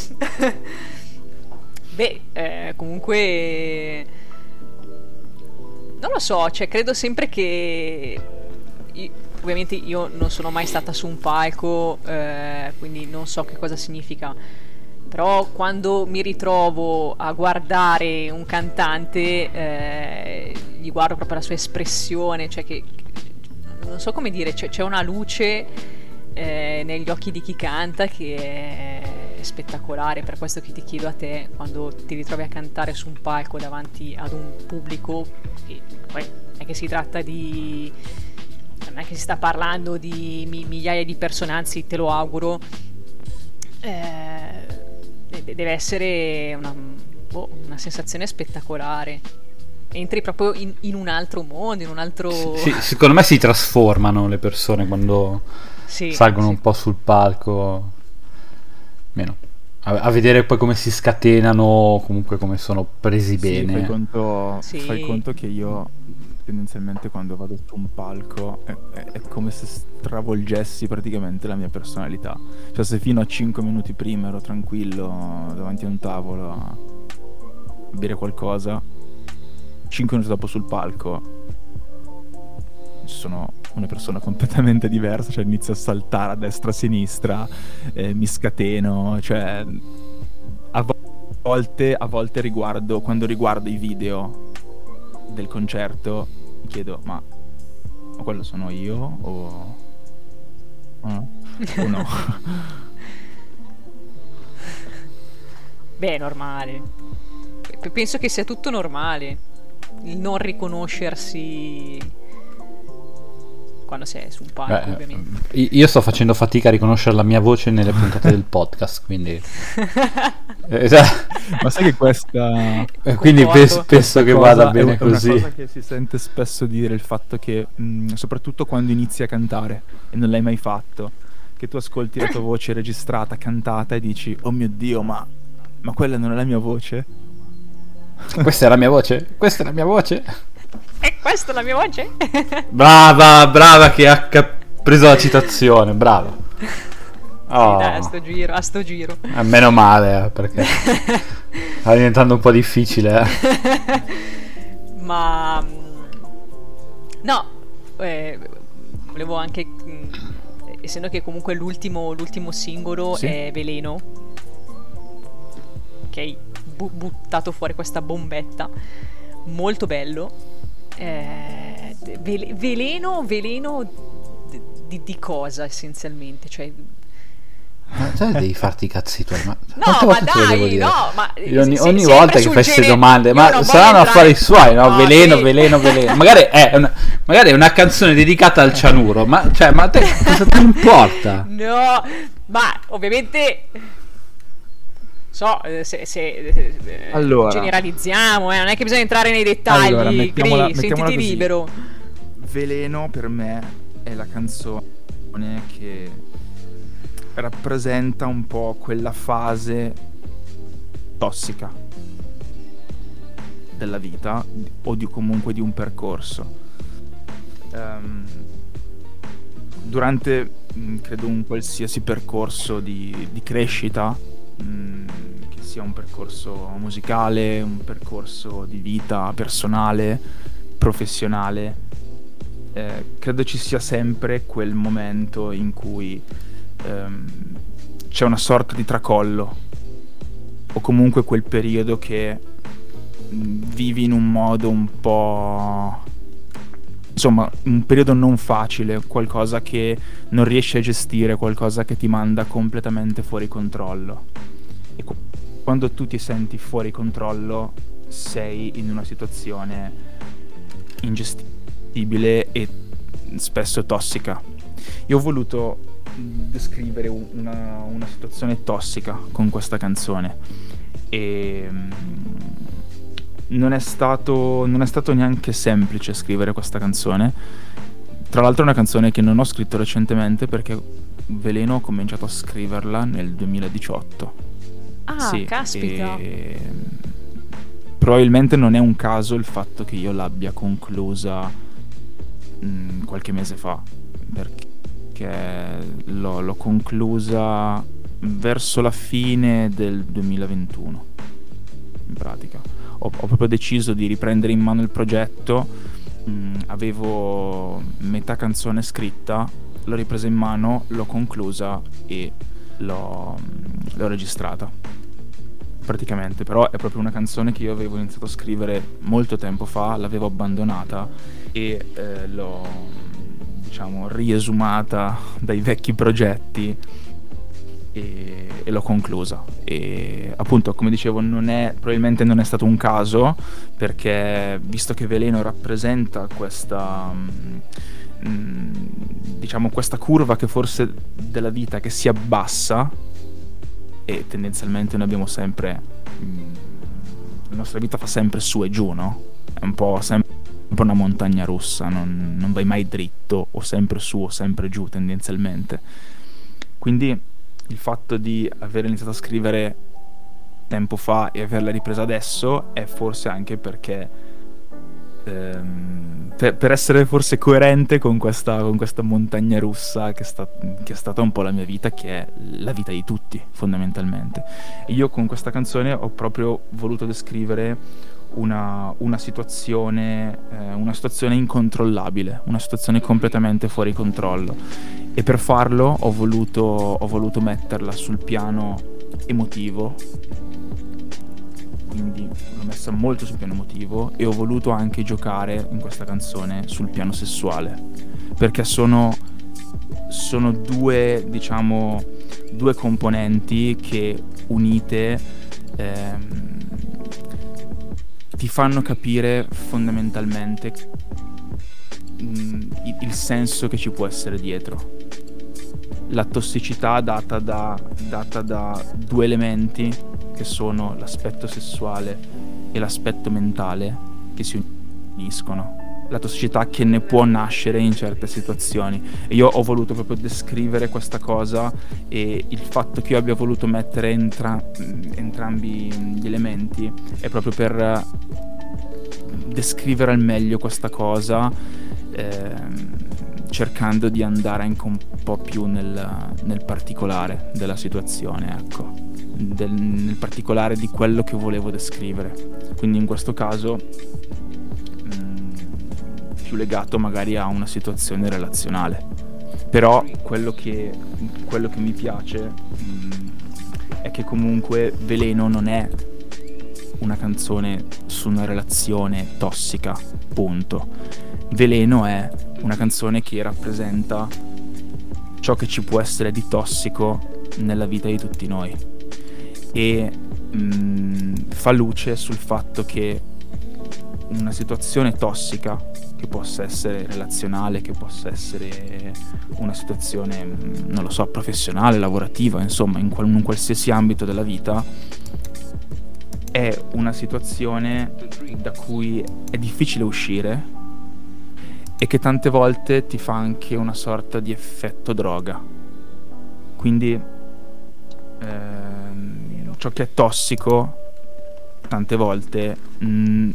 Beh, eh, comunque non lo so, cioè credo sempre che io- ovviamente io non sono mai stata su un palco, eh, quindi non so che cosa significa. Però quando mi ritrovo a guardare un cantante, eh, gli guardo proprio la sua espressione, cioè che, che- non so come dire, c'è, c'è una luce eh, negli occhi di chi canta che è spettacolare. Per questo che ti chiedo a te, quando ti ritrovi a cantare su un palco davanti ad un pubblico, e poi non è che si tratta di, non è che si sta parlando di mi- migliaia di persone, anzi te lo auguro, eh, de- deve essere una, boh, una sensazione spettacolare. Entri proprio in, in un altro mondo, in un altro... Sì, secondo me si trasformano le persone quando Sì, salgono sì. un po' sul palco. Meno. A, a vedere poi come si scatenano, comunque come sono presi Sì, bene. fai conto, Sì. fai conto che io tendenzialmente quando vado su un palco è, è- è come se stravolgessi praticamente la mia personalità. Cioè se fino a cinque minuti prima ero tranquillo davanti a un tavolo a bere qualcosa, cinque minuti dopo sul palco sono una persona completamente diversa, cioè inizio a saltare a destra a sinistra, eh, mi scateno, cioè a vo- volte, a volte riguardo, quando riguardo i video del concerto mi chiedo ma, ma quello sono io o, o no? O no? Beh, è normale. P- penso che sia tutto normale il non riconoscersi quando sei su un palco, Beh, ovviamente. i- io sto facendo fatica a riconoscere la mia voce nelle puntate del podcast, quindi eh, cioè, Ma sai che questa eh, quindi Concordo. pes- penso che cosa vada è bene un- è una così. cosa che si sente spesso dire, il fatto che mh, soprattutto quando inizi a cantare e non l'hai mai fatto, che tu ascolti la tua voce registrata, cantata e dici oh mio Dio, ma, ma quella non è la mia voce? Questa è la mia voce? Questa è la mia voce? E questa è la mia voce? Brava, brava che ha cap- preso la citazione, brava. Oh, Sì, dai, a sto giro, a sto giro. eh, meno male, eh, perché sta diventando un po' difficile. Eh. Ma mm, no, eh, volevo anche, mm, essendo che comunque l'ultimo, l'ultimo singolo Sì. è Veleno, che hai bu- buttato fuori questa bombetta, molto bello. Eh, vele- veleno, veleno d- di, di cosa essenzialmente? Cioè, Ma te devi farti i cazzi tuoi, ma no, quante ma volte te lo devo dai, dire? no, ma Io ogni, se- ogni sempre volta che sul fai queste gene- domande, io ma non saranno voglio affari entrare- suoi, no? No, veleno, sì. veleno, veleno. Magari è, una, magari è una canzone dedicata al cianuro, ma, cioè, ma a te cosa ti importa? No, ma ovviamente so eh, se, se eh, Allora. generalizziamo, eh, non è che bisogna entrare nei dettagli, Allora, mettiamola- Gri, mettiamola sentiti così. libero. Veleno per me è la canzone che rappresenta un po' quella fase tossica della vita o di comunque di un percorso. Ehm, durante mh, credo un qualsiasi percorso di, di crescita, mh, che sia un percorso musicale, un percorso di vita personale, professionale, eh, credo ci sia sempre quel momento in cui ehm, c'è una sorta di tracollo o comunque quel periodo che mh, vivi in un modo un po', insomma, un periodo non facile, qualcosa che non riesci a gestire, qualcosa che ti manda completamente fuori controllo. E qu- quando tu ti senti fuori controllo sei in una situazione ingestibile e spesso tossica. Io ho voluto descrivere un- una, una situazione tossica con questa canzone e mm, non è stato non è stato neanche semplice scrivere questa canzone. Tra l'altro è una canzone che non ho scritto recentemente perché Veleno ho cominciato a scriverla nel duemiladiciotto. Ah, Sì, caspita. e probabilmente non è un caso il fatto che io l'abbia conclusa mh, qualche mese fa, perché l'ho, l'ho conclusa verso la fine del duemilaventuno, in pratica. Ho, ho proprio deciso di riprendere in mano il progetto, mh, avevo metà canzone scritta, l'ho ripresa in mano, l'ho conclusa e l'ho, l'ho registrata praticamente. Però è proprio una canzone che io avevo iniziato a scrivere molto tempo fa, l'avevo abbandonata e eh, l'ho, diciamo, riesumata dai vecchi progetti e, e l'ho conclusa. E appunto, come dicevo, non è, probabilmente non è stato un caso, perché visto che Veleno rappresenta questa mh, diciamo questa curva che forse della vita che si abbassa, e tendenzialmente noi abbiamo sempre mh, la nostra vita fa sempre su e giù, no? È un po' sempre una montagna russa, non, non vai mai dritto, o sempre su o sempre giù tendenzialmente. Quindi il fatto di aver iniziato a scrivere tempo fa e averla ripresa adesso è forse anche perché ehm, per, per essere forse coerente con questa, con questa montagna russa che, sta, che è stata un po' la mia vita, che è la vita di tutti fondamentalmente. E io con questa canzone ho proprio voluto descrivere una, una situazione eh, una situazione incontrollabile, una situazione completamente fuori controllo, e per farlo ho voluto, ho voluto metterla sul piano emotivo, quindi l'ho messa molto sul piano emotivo, e ho voluto anche giocare in questa canzone sul piano sessuale, perché sono, sono due, diciamo, due componenti che unite ehm, ti fanno capire fondamentalmente mh, il, il senso che ci può essere dietro. La tossicità data da, data da due elementi che sono l'aspetto sessuale e l'aspetto mentale, che si uniscono. La tossicità che ne può nascere in certe situazioni. E io ho voluto proprio descrivere questa cosa, e il fatto che io abbia voluto mettere entra- entrambi gli elementi è proprio per descrivere al meglio questa cosa, ehm, cercando di andare anche un po' più nel, nel particolare della situazione, ecco, del, nel particolare di quello che volevo descrivere. Quindi in questo caso mh, più legato magari a una situazione relazionale. Però quello che, quello che mi piace mh, è che comunque Veleno non è una canzone su una relazione tossica, punto. Veleno è una canzone che rappresenta ciò che ci può essere di tossico nella vita di tutti noi, e mh, fa luce sul fatto che una situazione tossica, che possa essere relazionale, che possa essere una situazione, non lo so, professionale, lavorativa, insomma in, qual- in qualsiasi ambito della vita, è una situazione da cui è difficile uscire, e che tante volte ti fa anche una sorta di effetto droga. Quindi ehm, ciò che è tossico tante volte mh,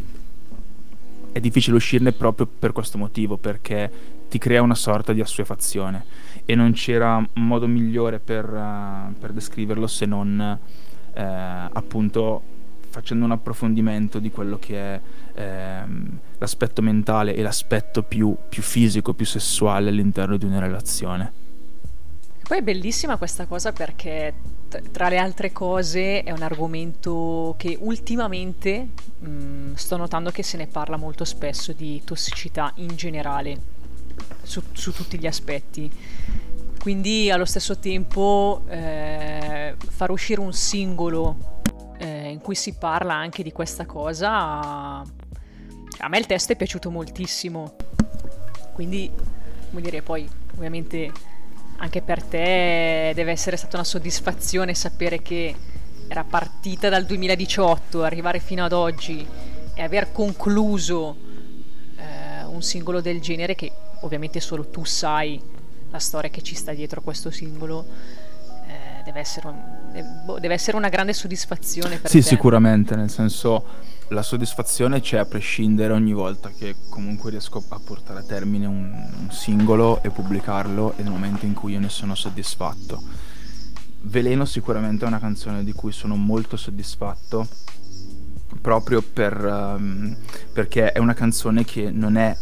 è difficile uscirne proprio per questo motivo, perché ti crea una sorta di assuefazione, e non c'era un modo migliore per, uh, per descriverlo se non uh, appunto facendo un approfondimento di quello che è ehm, l'aspetto mentale e l'aspetto più, più fisico, più sessuale all'interno di una relazione. Poi è bellissima questa cosa, perché t- tra le altre cose è un argomento che ultimamente mh, sto notando che se ne parla molto spesso, di tossicità in generale, su, su tutti gli aspetti. Quindi allo stesso tempo eh, far uscire un singolo eh, in cui si parla anche di questa cosa, a me il testo è piaciuto moltissimo. Quindi, come dire, poi ovviamente anche per te deve essere stata una soddisfazione sapere che era partita dal duemiladiciotto, arrivare fino ad oggi e aver concluso eh, un singolo del genere, che ovviamente solo tu sai la storia che ci sta dietro questo singolo. eh, deve, essere un, deve essere una grande soddisfazione per sì, te. Sì, sicuramente, nel senso, la soddisfazione c'è a prescindere ogni volta che comunque riesco a portare a termine un, un singolo e pubblicarlo, e nel momento in cui io ne sono soddisfatto. Veleno sicuramente è una canzone di cui sono molto soddisfatto, proprio per, um, perché è una canzone che non è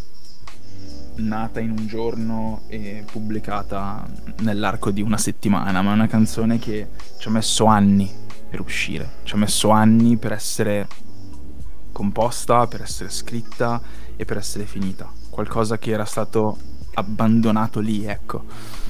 nata in un giorno e pubblicata nell'arco di una settimana, ma è una canzone che ci ha messo anni per uscire, ci ha messo anni per essere composta, per essere scritta e per essere finita. Qualcosa che era stato abbandonato lì, ecco.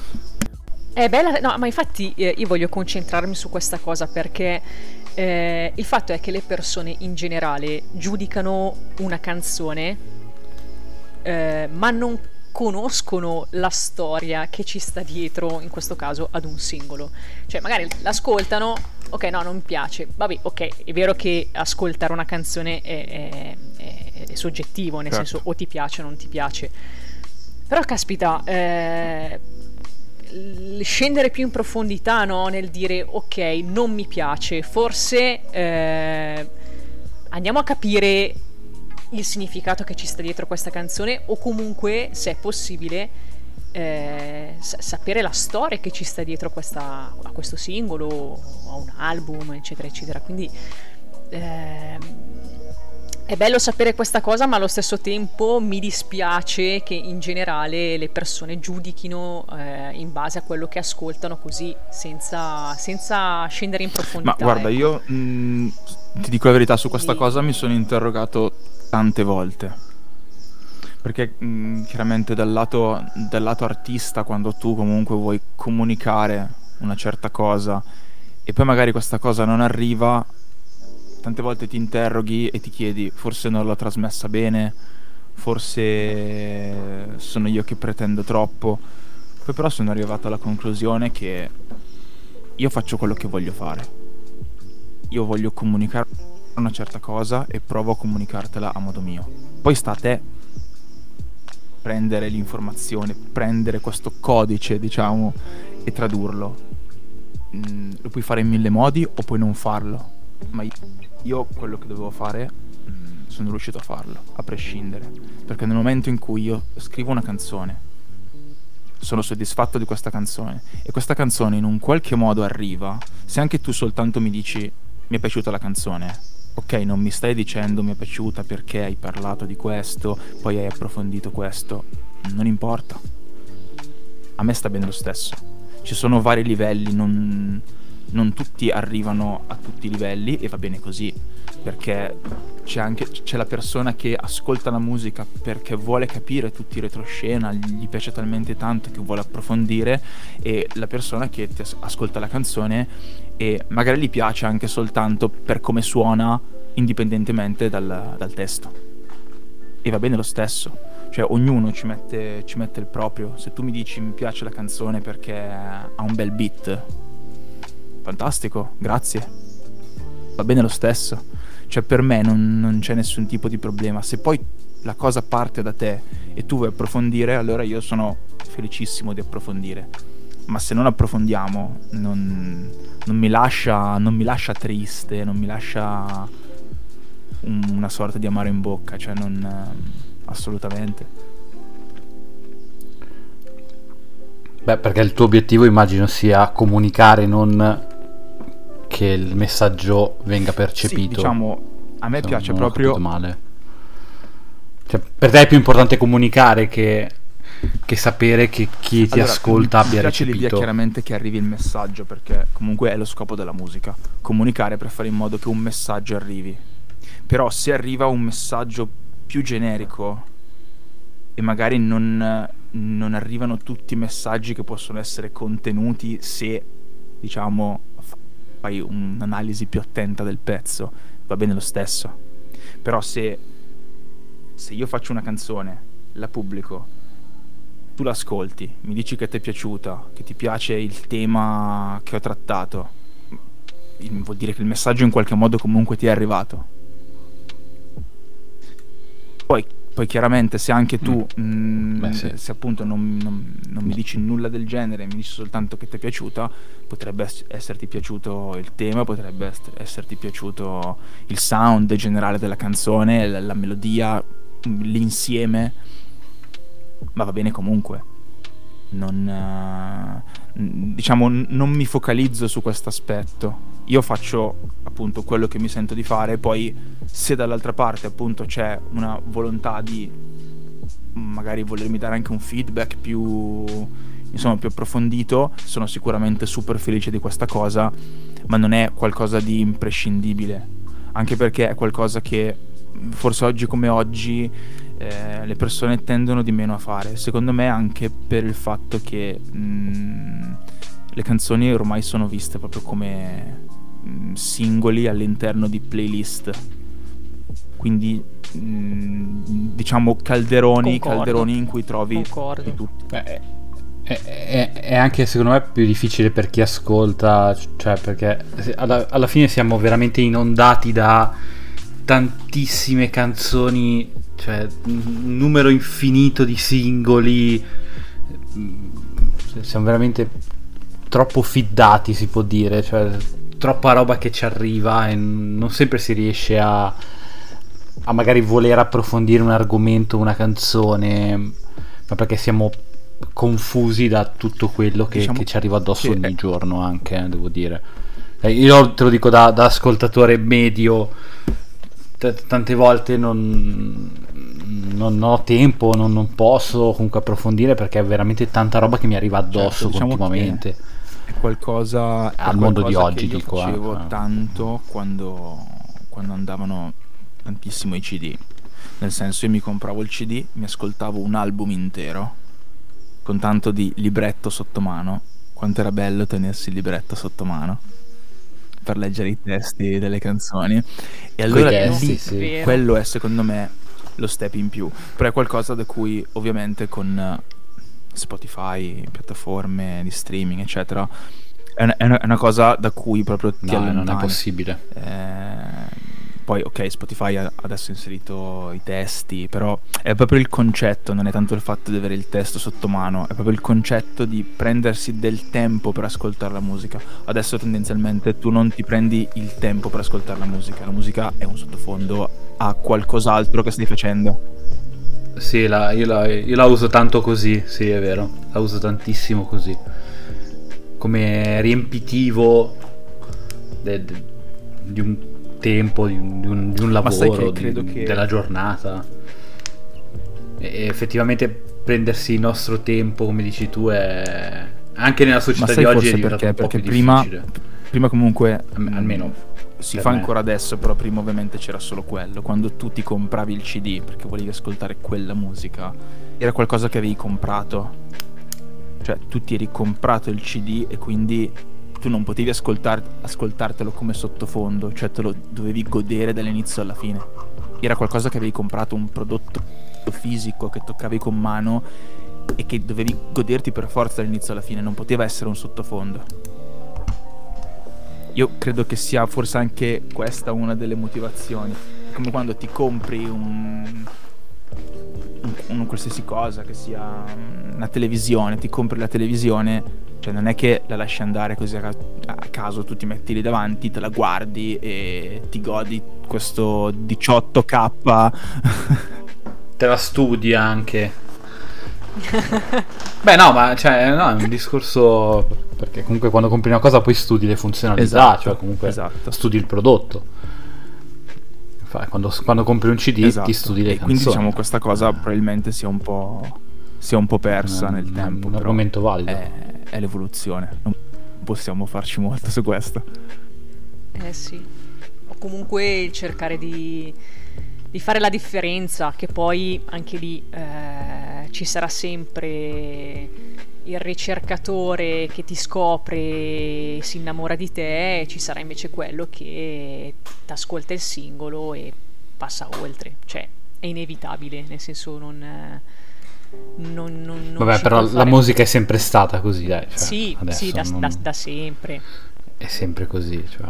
È bella, no, ma infatti eh, io voglio concentrarmi su questa cosa, perché eh, il fatto è che le persone in generale giudicano una canzone eh, ma non conoscono la storia che ci sta dietro, in questo caso ad un singolo. Cioè magari l'ascoltano, ok, no, non mi piace, vabbè, ok, è vero che ascoltare una canzone è, è, è, è soggettivo, nel certo. senso o ti piace o non ti piace, però caspita, eh, scendere più in profondità, no? Nel dire ok, non mi piace, forse eh, andiamo a capire il significato che ci sta dietro questa canzone, o comunque, se è possibile, eh, sa- sapere la storia che ci sta dietro questa, a questo singolo, a un album, eccetera, eccetera. Quindi ehm, è bello sapere questa cosa, ma allo stesso tempo mi dispiace che in generale le persone giudichino eh, in base a quello che ascoltano, così, senza, senza scendere in Ma profondità. guarda, ecco. io mh, ti dico la verità, su questa Quindi- cosa mi sono interrogato tante volte. Perché mh, chiaramente dal lato, dal lato artista, quando tu comunque vuoi comunicare una certa cosa e poi magari questa cosa non arriva, tante volte ti interroghi e ti chiedi: forse non l'ho trasmessa bene, forse sono io che pretendo troppo. Poi però sono arrivato alla conclusione che io faccio quello che voglio fare. Io voglio comunicare una certa cosa e provo a comunicartela a modo mio. Poi sta a te prendere l'informazione, prendere questo codice, diciamo, e tradurlo. Mm, lo puoi fare in mille modi o puoi non farlo, ma io quello che dovevo fare mm, sono riuscito a farlo, a prescindere. Perché nel momento in cui io scrivo una canzone, sono soddisfatto di questa canzone e questa canzone in un qualche modo arriva, se anche tu soltanto mi dici mi è piaciuta la canzone, ok, non mi stai dicendo mi è piaciuta perché hai parlato di questo, poi hai approfondito questo, non importa, a me sta bene lo stesso. Ci sono vari livelli, non, non tutti arrivano a tutti i livelli e va bene così, perché c'è anche c'è la persona che ascolta la musica perché vuole capire tutti i retroscena, gli piace talmente tanto che vuole approfondire, e la persona che ti as- ascolta la canzone e magari gli piace anche soltanto per come suona, indipendentemente dal, dal testo, e va bene lo stesso. Cioè ognuno ci mette, ci mette il proprio. Se tu mi dici mi piace la canzone perché ha un bel beat, fantastico, grazie, va bene lo stesso. Cioè per me non, non c'è nessun tipo di problema. Se poi la cosa parte da te e tu vuoi approfondire, allora io sono felicissimo di approfondire. Ma se non approfondiamo non, non mi lascia non mi lascia triste, non mi lascia un- una sorta di amaro in bocca. Cioè non, assolutamente. Beh, perché il tuo obiettivo immagino sia comunicare, non che il messaggio venga percepito. Sì, diciamo, a me Se piace non ho proprio capito male. Cioè, per te è più importante comunicare che, che sapere che chi ti Allora, ascolta mi abbia piace l'idea recepito. chiaramente che arrivi il messaggio, perché comunque è lo scopo della musica, comunicare per fare in modo che un messaggio arrivi. Però se arriva un messaggio più generico e magari non, non arrivano tutti i messaggi che possono essere contenuti, se diciamo f- fai un'analisi più attenta del pezzo, va bene lo stesso. Però se se io faccio una canzone, la pubblico, tu l'ascolti, mi dici che ti è piaciuta, che ti piace il tema che ho trattato, il- vuol dire che il messaggio in qualche modo comunque ti è arrivato. Poi, poi chiaramente se anche tu, mm, Beh, sì. se appunto non, non- non mi dici nulla del genere, mi dici soltanto che ti è piaciuta, potrebbe ess- esserti piaciuto il tema, potrebbe est- esserti piaciuto il sound generale della canzone, la, la melodia, mm, l'insieme, ma va bene comunque. Non, eh, n- diciamo, n- non mi focalizzo su questo aspetto. Io faccio appunto quello che mi sento di fare, poi se dall'altra parte appunto c'è una volontà di magari volermi dare anche un feedback più, insomma, più approfondito, sono sicuramente super felice di questa cosa, ma non è qualcosa di imprescindibile, anche perché è qualcosa che forse oggi come oggi eh, le persone tendono di meno a fare, secondo me anche per il fatto che mh, le canzoni ormai sono viste proprio come mh, singoli all'interno di playlist, quindi mh, diciamo calderoni, Concordo. calderoni in cui trovi Concordo. di tutto. Beh, è, è- è anche secondo me più difficile per chi ascolta, cioè perché se- alla, alla fine siamo veramente inondati da tantissime canzoni, cioè un numero infinito di singoli, mm, siamo veramente troppo fiddati, si può dire, cioè troppa roba che ci arriva e non sempre si riesce a a magari voler approfondire un argomento, una canzone, ma perché siamo confusi da tutto quello che, Diciamo che ci arriva addosso che ogni è- giorno, anche, eh, devo dire. Eh, io te lo dico da, da ascoltatore medio, t- tante volte non, non ho tempo, non, non posso comunque approfondire, perché è veramente tanta roba che mi arriva addosso Certo, diciamo continuamente. È qualcosa è Al mondo di qualcosa oggi, che io dico, eh. facevo tanto quando, quando andavano tantissimo i C D. Nel senso, io mi compravo il C D, mi ascoltavo un album intero con tanto di libretto sotto mano. Quanto era bello tenersi il libretto sotto mano per leggere i testi delle canzoni. E allora testi, lì, sì. Vero. quello è secondo me lo step in più. Però è qualcosa da cui ovviamente con eh, Spotify, piattaforme di streaming, eccetera, è una, è una- è una cosa da cui proprio ti No, non è allontani. possibile. Eh, poi ok, Spotify ha adesso inserito i testi, però è proprio il concetto, non è tanto il fatto di avere il testo sotto mano, è proprio il concetto di prendersi del tempo per ascoltare la musica. Adesso tendenzialmente tu non ti prendi il tempo per ascoltare la musica, la musica è un sottofondo a qualcos'altro che stai facendo. Sì, la- io, la, io la uso tanto così, sì, è vero, la uso tantissimo così, come riempitivo de- de- di un tempo, di un, di un- di un Ma sai lavoro, che credo di- che- della giornata. E e effettivamente prendersi il nostro tempo, come dici tu, è anche nella Ma società sai di oggi è forse diventato perché? un po' Perché più prima, difficile. prima comunque Al- almeno si per fa me. ancora adesso, però prima ovviamente c'era solo quello. Quando tu ti compravi il C D perché volevi ascoltare quella musica, era qualcosa che avevi comprato. Cioè tu ti eri comprato il C D e quindi tu non potevi ascoltar- ascoltartelo come sottofondo, cioè te lo dovevi godere dall'inizio alla fine. Era qualcosa che avevi comprato, un prodotto fisico che toccavi con mano e che dovevi goderti per forza dall'inizio alla fine, non poteva essere un sottofondo. Io credo che sia forse anche questa una delle motivazioni. È come quando ti compri un, un, un qualsiasi cosa, che sia una televisione, ti compri la televisione, cioè non è che la lasci andare così a, a caso, tu ti metti lì davanti, te la guardi e ti godi questo diciotto K. Te la studi anche. Beh, no, ma cioè, no, è un discorso, perché comunque quando compri una cosa poi studi le funzionalità, Esatto, cioè comunque esatto. studi il prodotto. Fa- Quando, quando compri un C D Esatto. ti studi le E canzoni. quindi diciamo questa cosa probabilmente sia un po' sia un po' persa Un- nel un- tempo, un però argomento valido. È, è l'evoluzione, non possiamo farci molto su questo. Eh sì, o comunque cercare di, di fare la differenza, che poi anche lì eh, ci sarà sempre il ricercatore che ti scopre e si innamora di te, e ci sarà invece quello che ti ascolta il singolo e passa oltre, cioè è inevitabile, nel senso non... non, non, non Vabbè, ci però puoi la fare- musica è sempre stata così, dai. Cioè, Sì, adesso sì, da, non- da- da sempre. è sempre così, cioè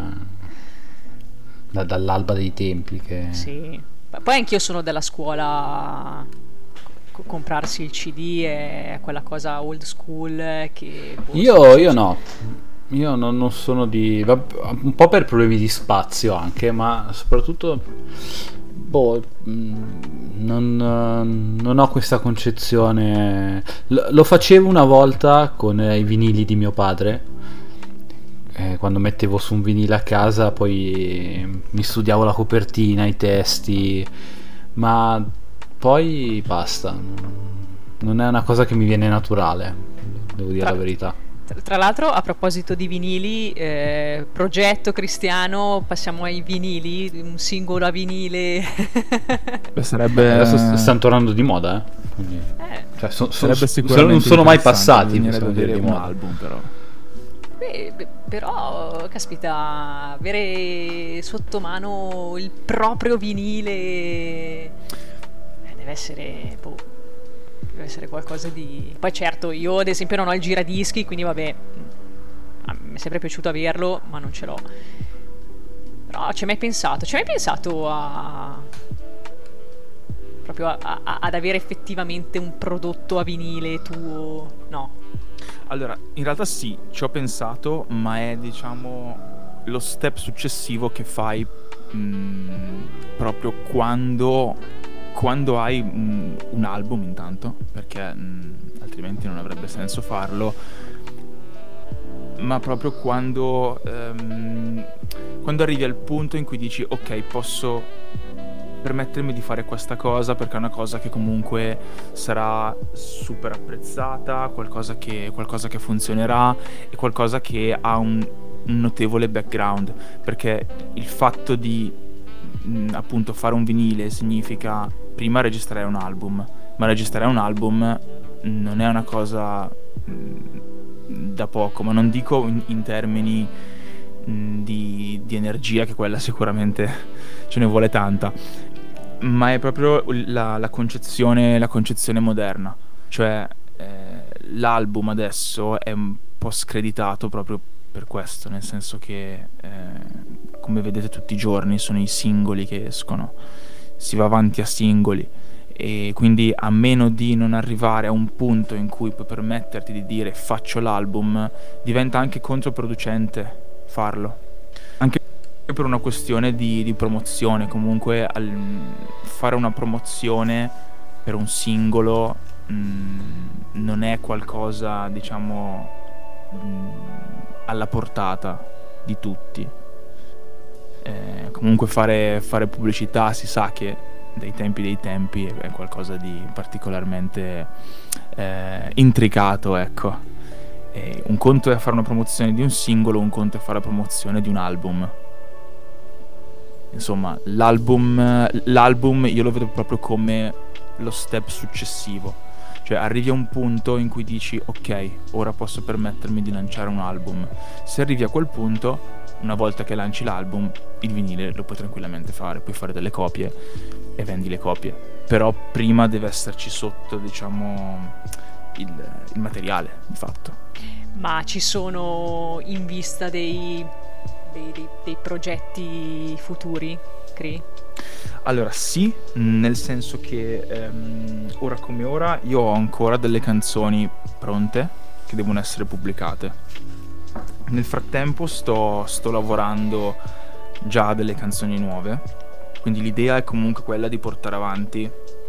da- dall'alba dei tempi che... Sì. Ma poi anch'io sono della scuola, co- comprarsi il C D è quella cosa old school che... boh, Io, io no, io non, non sono di... vabb- un po' per problemi di spazio anche, ma soprattutto... boh, mh, non, eh, non ho questa concezione. L- lo facevo una volta con eh, i vinili di mio padre. Eh, quando mettevo su un vinile a casa, poi eh, mi studiavo la copertina, i testi, ma poi basta. Non è una cosa che mi viene naturale, devo dire Tra- la verità. Tra, tra l'altro, a proposito di vinili, eh, progetto Cristiano, passiamo ai vinili, un singolo a vinile. Beh, sarebbe Adesso st- stanno tornando di moda, eh. Quindi, Eh, cioè, so- so- sarebbe so- sicuramente non sono mai interessante, passati, bisognerebbe possiamo dire, avere di un moda. album, però. beh, beh, però, caspita, avere sotto mano il proprio vinile eh, deve essere, boh, deve essere qualcosa di... Poi certo, io ad esempio non ho il giradischi, quindi vabbè, mh, mi è sempre piaciuto averlo, ma non ce l'ho. Però ci hai mai pensato? Ci hai mai pensato a... proprio a- a- ad avere effettivamente un prodotto a vinile tuo? No. Allora, in realtà sì, ci ho pensato, ma è diciamo lo step successivo che fai mh, proprio quando, quando hai mh, un album intanto, perché mh, altrimenti non avrebbe senso farlo, ma proprio quando, ehm, quando arrivi al punto in cui dici ok, posso permettermi di fare questa cosa perché è una cosa che comunque sarà super apprezzata, qualcosa che, qualcosa che funzionerà e qualcosa che ha un, un notevole background, perché il fatto di mh, appunto fare un vinile significa prima registrare un album, ma registrare un album non è una cosa mh, da poco, ma non dico in, in termini mh, di, di energia, che quella sicuramente ce ne vuole tanta, ma è proprio la, la concezione la concezione moderna, cioè eh, l'album adesso è un po' screditato proprio per questo, nel senso che eh, come vedete tutti i giorni sono i singoli che escono, si va avanti a singoli, e quindi a meno di non arrivare a un punto in cui puoi permetterti di dire faccio l'album, diventa anche controproducente farlo, anche per una questione di, di promozione. Comunque al, fare una promozione per un singolo mh, non è qualcosa, diciamo, mh, alla portata di tutti. Eh, comunque fare, fare pubblicità si sa che dai tempi dei tempi è qualcosa di particolarmente eh, intricato, ecco. E un conto è fare una promozione di un singolo, un conto è fare la promozione di un album. Insomma, l'album l'album io lo vedo proprio come lo step successivo, cioè arrivi a un punto in cui dici ok, ora posso permettermi di lanciare un album. Se arrivi a quel punto, una volta che lanci l'album, il vinile lo puoi tranquillamente fare, puoi fare delle copie e vendi le copie, però prima deve esserci sotto, diciamo, il, il materiale di fatto. Ma ci sono in vista dei, dei, dei, dei progetti futuri, Cri? Allora sì, nel senso che ehm, ora come ora io ho ancora delle canzoni pronte che devono essere pubblicate. Nel frattempo sto, sto lavorando già a delle canzoni nuove, quindi l'idea è comunque quella di portare avanti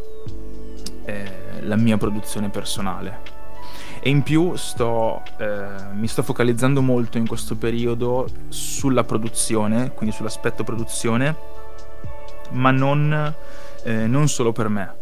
eh, la mia produzione personale. E in più sto, eh, mi sto focalizzando molto in questo periodo sulla produzione, quindi sull'aspetto produzione, ma non, eh, non solo per me.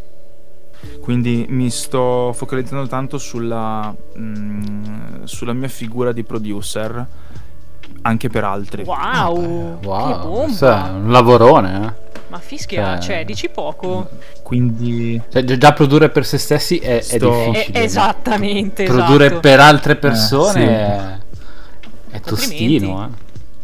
Quindi mi sto focalizzando tanto sulla, mh, sulla mia figura di producer anche per altri. Wow, Wow, che bomba! questo è un lavorone, eh. Ma fischia, Cioè- cioè, dici poco. Quindi Cioè, gi- già produrre per se stessi è, è Sto- Eh, difficile. esattamente, Produrre esatto. per altre persone sì. è, è tostino, eh.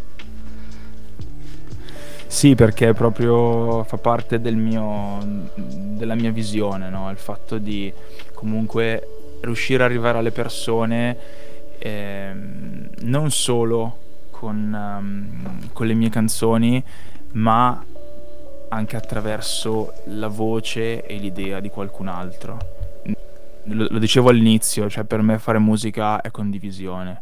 sì, perché proprio fa parte del mio, della mia visione, no? Il fatto di comunque riuscire ad arrivare alle persone ehm, non solo con, um, con le mie canzoni, ma anche attraverso la voce e l'idea di qualcun altro. Lo, lo dicevo all'inizio, cioè per me fare musica è condivisione.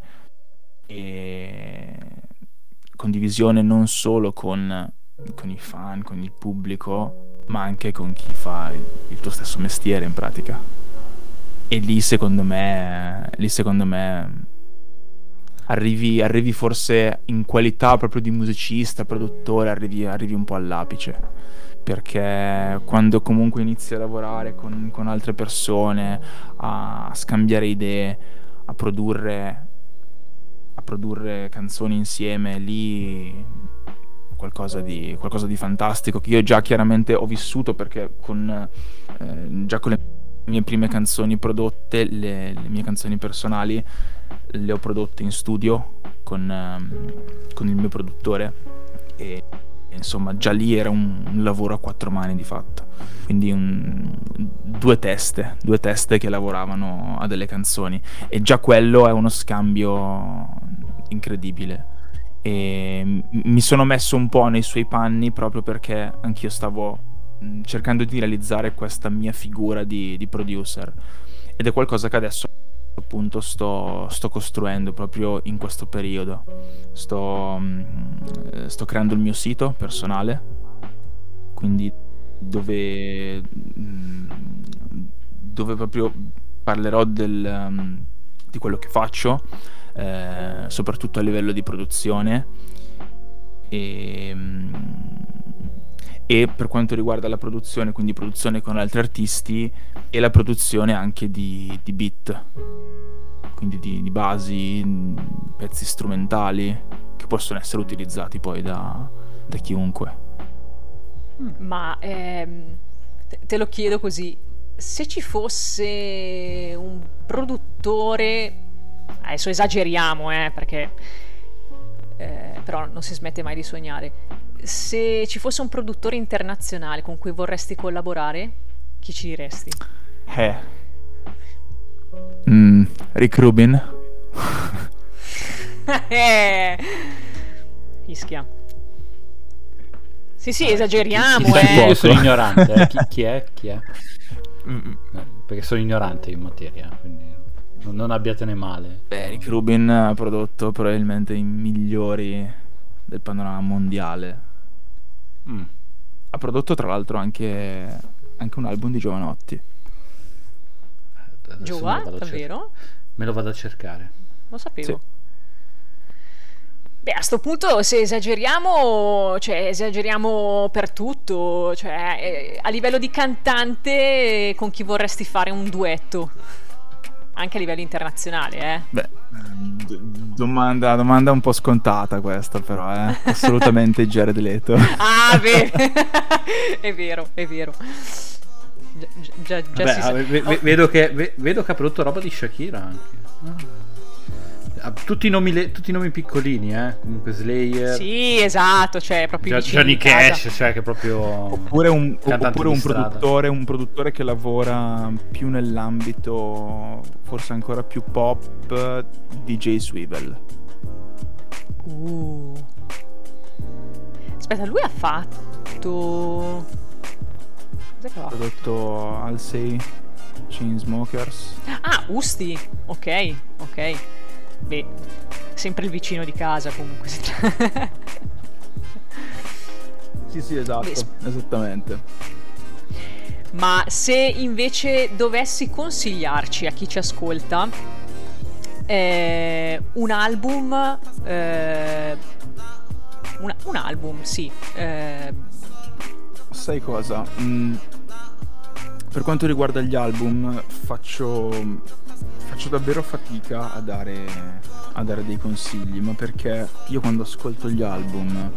E condivisione non solo con, con i fan, con il pubblico, ma anche con chi fa il, il tuo stesso mestiere in pratica. E lì secondo me, lì secondo me arrivi, arrivi forse in qualità proprio di musicista, produttore, arrivi, arrivi un po' all'apice. Perché quando comunque inizi a lavorare con, con altre persone, a scambiare idee, a produrre a produrre canzoni insieme, lì qualcosa di, qualcosa di fantastico che io già chiaramente ho vissuto, perché con eh, già con le mie prime canzoni prodotte, le, le mie canzoni personali le ho prodotte in studio con, ehm, con il mio produttore, e insomma già lì era un, un lavoro a quattro mani di fatto, quindi un, due teste due teste che lavoravano a delle canzoni, e già quello è uno scambio incredibile. E m- mi sono messo un po' nei suoi panni proprio perché anch'io stavo mh, cercando di realizzare questa mia figura di, di producer, ed è qualcosa che adesso appunto sto, sto costruendo proprio in questo periodo. Sto, mh, sto creando il mio sito personale, quindi dove, mh, dove proprio parlerò del, um, di quello che faccio, eh, soprattutto a livello di produzione, e, e per quanto riguarda la produzione, quindi produzione con altri artisti e la produzione anche di, di beat, quindi di, di basi, pezzi strumentali che possono essere utilizzati poi da, da chiunque. Ma ehm, te, te lo chiedo così, se ci fosse un produttore, adesso esageriamo, eh, perché eh, però non si smette mai di sognare, se ci fosse un produttore internazionale con cui vorresti collaborare, chi ci diresti? Eh. Mm, Rick Rubin. eh. Fischia. Sì, sì, esageriamo, Chi- chi- eh. Io sono ignorante, eh. chi, chi è? Chi è? Mm, Eh, perché sono ignorante in materia, quindi non, non abbiatene male. Beh, Rick Rubin ha prodotto probabilmente i migliori del panorama mondiale. Mm. Ha prodotto tra l'altro anche, anche un album di Giovanotti. Adesso Giova, me lo vado a cer- davvero? Me lo vado a cercare. Lo sapevo. Sì. Beh, a sto punto se esageriamo, cioè esageriamo per tutto, cioè eh, a livello di cantante con chi vorresti fare un duetto? Anche a livello internazionale, eh? Beh, d- domanda, domanda un po' scontata questa però, eh. Assolutamente Jared Leto. Ah, beh, è vero, è vero. Già, già, già Vabbè, si sa- ve- ve- oh, vedo, che, ve- vedo che ha prodotto roba di Shakira anche. Ah. Ha tutti i nomi, le- tutti i nomi piccolini, eh. Comunque Slayer, sì, esatto, cioè proprio Gio- vicino Johnny di casa. Cash, cioè che proprio Oppure un, cantante oppure di un strada. produttore, un produttore che lavora più nell'ambito, forse ancora più pop, D J Swivel. Uh. Aspetta, lui ha fatto... Cos'è che Ha fa? prodotto Halsey, Chainsmokers. Ah, Usti. Ok, ok. Beh, sempre il vicino di casa comunque. Sì, sì, esatto, Beh, sp- esattamente. Ma se invece dovessi consigliarci a chi ci ascolta eh, un album, eh, una- un album, sì, eh, Sai cosa? Mm, per quanto riguarda gli album, faccio, faccio davvero fatica a dare, a dare dei consigli, ma perché io quando ascolto gli album,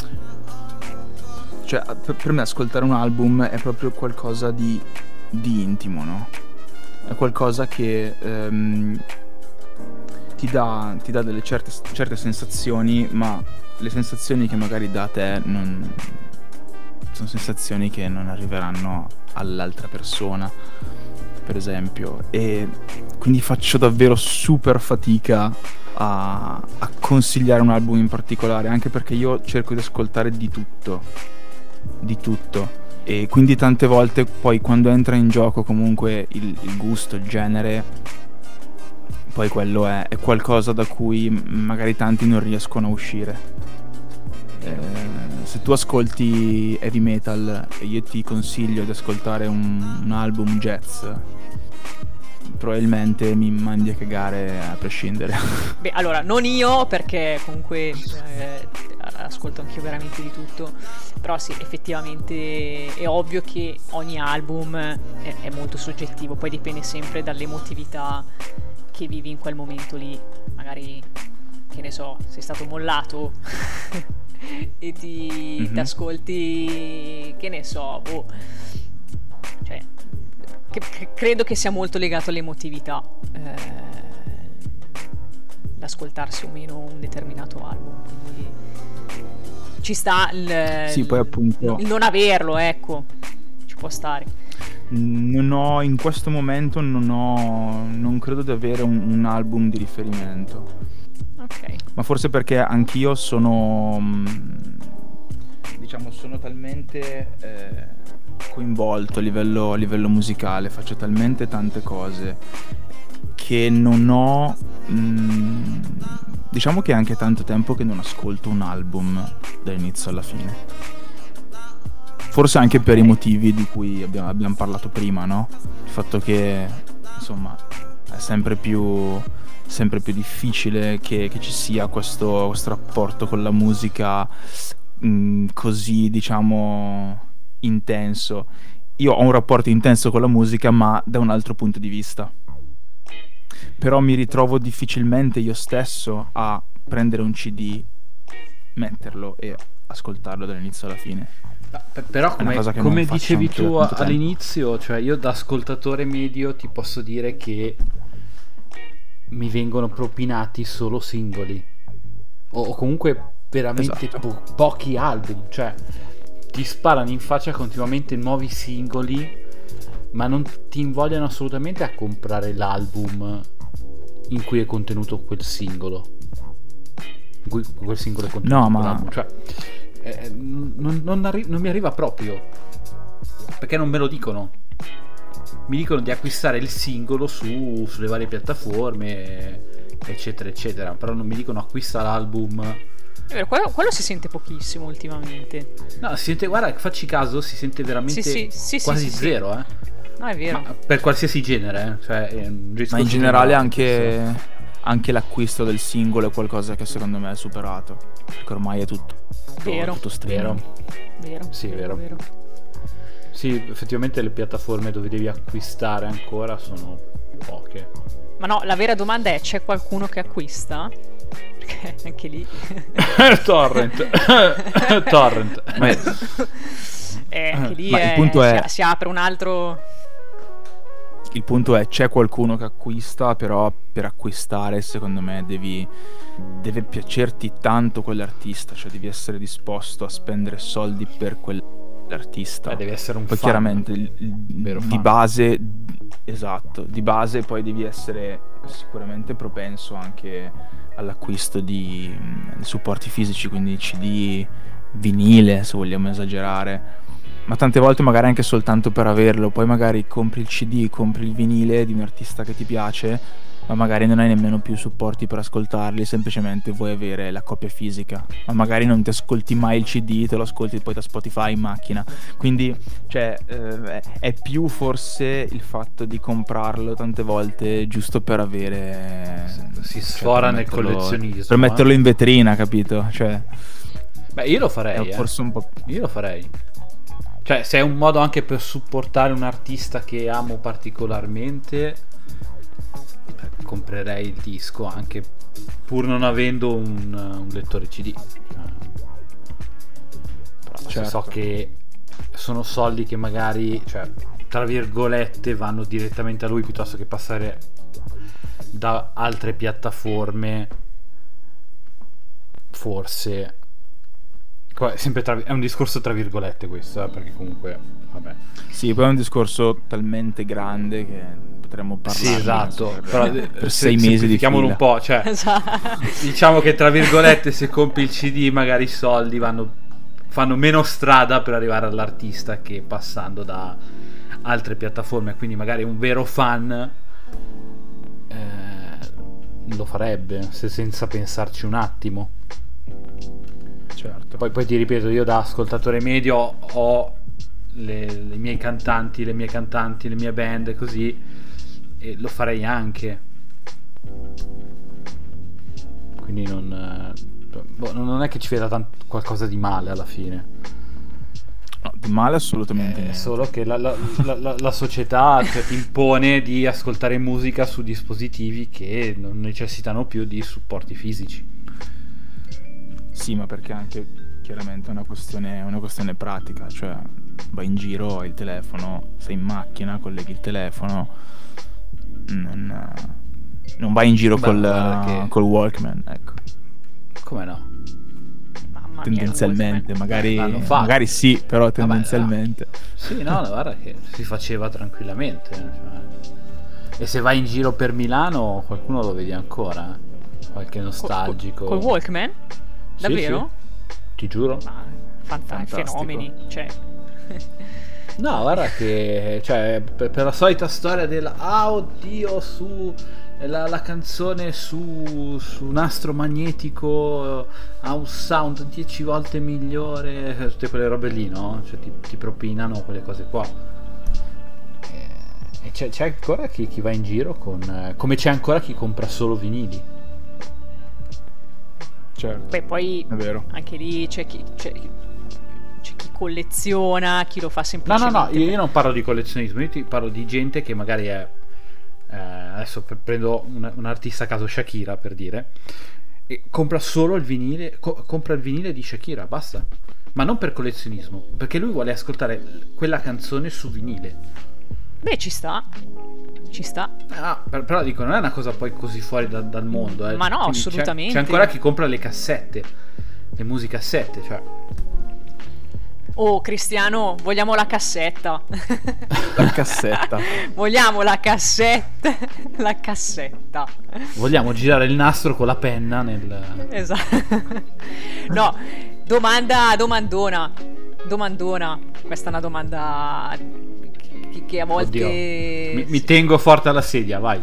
cioè per, per me ascoltare un album è proprio qualcosa di, di intimo, no? È qualcosa che ehm, ti dà, ti dà delle certe, certe sensazioni, ma le sensazioni che magari dà a te non... sono sensazioni che non arriveranno all'altra persona, per esempio, e quindi faccio davvero super fatica a, a consigliare un album in particolare, anche perché io cerco di ascoltare di tutto, di tutto, e quindi tante volte poi quando entra in gioco comunque il, il gusto, il genere, poi quello è, è qualcosa da cui magari tanti non riescono a uscire. Eh, se tu ascolti heavy metal e io ti consiglio di ascoltare un, un album jazz, probabilmente mi mandi a cagare a prescindere. beh, allora, non io, perché comunque eh, ascolto anch'io veramente di tutto, però sì, effettivamente è ovvio che ogni album è, è molto soggettivo, poi dipende sempre dall'emotività che vivi in quel momento lì, magari, che ne so, sei stato mollato e ti Mhm. ascolti, che ne so, boh, cioè, che- che credo che sia molto legato all'emotività, eh, l'ascoltarsi o meno un determinato album, quindi ci sta il, Sì, poi appunto- il non averlo, ecco, ci può stare. Non ho, in questo momento non ho, non credo di avere un, un album di riferimento, Ok. ma forse perché anch'io sono, mh, diciamo, sono talmente eh, coinvolto a livello, a livello musicale, faccio talmente tante cose che non ho... mh, diciamo che è anche tanto tempo che non ascolto un album dall'inizio alla fine. Forse anche per i motivi di cui abbiamo, abbiamo parlato prima, no? Il fatto che, insomma, è sempre più, sempre più difficile che, che ci sia questo, questo rapporto con la musica mh, così, diciamo, intenso. Io ho un rapporto intenso con la musica, ma da un altro punto di vista. Però mi ritrovo difficilmente io stesso a prendere un C D, metterlo e ascoltarlo dall'inizio alla fine. P- però come, come dicevi tu all'inizio, cioè io da ascoltatore medio ti posso dire che mi vengono propinati solo singoli o, o comunque veramente esatto. po- pochi album, cioè ti sparano in faccia continuamente nuovi singoli, ma non ti invogliano assolutamente a comprare l'album in cui è contenuto quel singolo, in cui quel singolo è contenuto. No, ma cioè eh, non, non, arri- non mi arriva proprio, perché non me lo dicono. Mi dicono di acquistare il singolo su, sulle varie piattaforme, eccetera eccetera, però non mi dicono acquista l'album. È vero, quello, quello si sente pochissimo ultimamente. No, si sente, guarda, facci caso, si sente veramente sì, sì, sì, quasi sì, sì, zero, sì. eh. No, è vero. Ma per qualsiasi genere, eh. Cioè, è un ma in generale anche, anche l'acquisto del singolo è qualcosa che secondo me è superato, perché ormai è tutto Vero. tutto streaming. Vero. Sì, vero. vero. Sì, effettivamente le piattaforme dove devi acquistare ancora sono poche. Ma no, la vera domanda è: c'è qualcuno che acquista? Perché anche lì Torrent. Torrent. Ma, eh, anche lì ma è, il punto è si, si apre un altro. il punto è c'è qualcuno che acquista, però per acquistare secondo me devi deve piacerti tanto quell'artista, cioè devi essere disposto a spendere soldi per quell'artista. Beh, devi essere un poi fan, chiaramente il- il- vero di fan. base, esatto, di base poi devi essere sicuramente propenso anche all'acquisto di mh, supporti fisici, quindi C D, vinile se vogliamo esagerare, ma tante volte magari anche soltanto per averlo. Poi magari compri il C D, compri il vinile di un artista che ti piace, ma magari non hai nemmeno più supporti per ascoltarli, semplicemente vuoi avere la copia fisica, ma magari non ti ascolti mai il C D, te lo ascolti poi da Spotify in macchina. Quindi cioè eh, è più forse il fatto di comprarlo tante volte giusto per avere, Si cioè, sfora per nel metterlo- collezionismo, per metterlo eh. in vetrina, capito? Cioè Beh, io lo farei, è eh. forse un po'. Io lo farei. Cioè, se è un modo anche per supportare un artista che amo particolarmente, beh, comprerei il disco anche pur non avendo un, un lettore C D. Cioè, però se Certo. so che sono soldi che magari, cioè, tra virgolette, vanno direttamente a lui piuttosto che passare da altre piattaforme, forse. Qua- Sempre tra, è un discorso tra virgolette questo, eh, perché comunque vabbè. Sì, poi è un discorso talmente grande che potremmo parlare. Sì, esatto. per, Però, per eh, sei se- mesi di semplifichiamolo fila. un po', cioè Esatto. diciamo che tra virgolette se compri il C D magari i soldi vanno fanno meno strada per arrivare all'artista che passando da altre piattaforme, quindi magari un vero fan eh, lo farebbe se senza pensarci un attimo. Certo. Poi, poi ti ripeto, io da ascoltatore medio ho le, le miei cantanti, le mie cantanti, le mie band e così, e lo farei anche. Quindi non, eh, boh, non è che ci veda tanto qualcosa di male alla fine. No, di male assolutamente È niente. solo che la, la, la, la, la società cioè, ti impone di ascoltare musica su dispositivi che non necessitano più di supporti fisici. Sì, ma perché anche chiaramente è una questione, una questione pratica, cioè vai in giro, hai il telefono, sei in macchina, colleghi il telefono, non, non vai in giro Beh, col, guarda che- col Walkman, ecco. Come no? Mamma mia, Tendenzialmente, il magari, L'hanno fatto. magari sì, però Vabbè, tendenzialmente. Sì, no, no, guarda che si faceva tranquillamente. Cioè. E se vai in giro per Milano, qualcuno lo vedi ancora? eh? Qualche nostalgico. Col Walkman? Sì, Davvero? sì. Ti giuro. Ma fanta- Fantastico. fenomeni, cioè. No, guarda che, cioè, per, per la solita storia del ah oddio, su la, la canzone su, su nastro magnetico ha un sound dieci volte migliore, tutte quelle robe lì, no? Cioè ti, ti propinano quelle cose qua. E c'è, c'è ancora chi, chi va in giro con, come c'è ancora chi compra solo vinili. Certo. Beh, poi è vero. Anche lì c'è chi, c'è, c'è chi colleziona, chi lo fa No, semplicemente. no, no, io, io non parlo di collezionismo, io ti parlo di gente che magari è eh, adesso pre- prendo un, un artista a caso, Shakira per dire, e compra solo il vinile, co- compra il vinile di Shakira, basta. Ma non per collezionismo, perché lui vuole ascoltare quella canzone su vinile. Beh, ci sta. Ci sta. Ah, per- però dico, non è una cosa poi così fuori da- dal mondo, eh. Ma no, Quindi assolutamente. C'è, c'è ancora chi compra le cassette, le musicassette, cioè. Oh, Cristiano, vogliamo la cassetta. La cassetta. Vogliamo la cassetta. La cassetta. Vogliamo girare il nastro con la penna nel... Esatto. No, domanda, domandona. Domandona. Questa è una domanda che, che a volte... Oddio. Mi, mi tengo forte alla sedia, vai.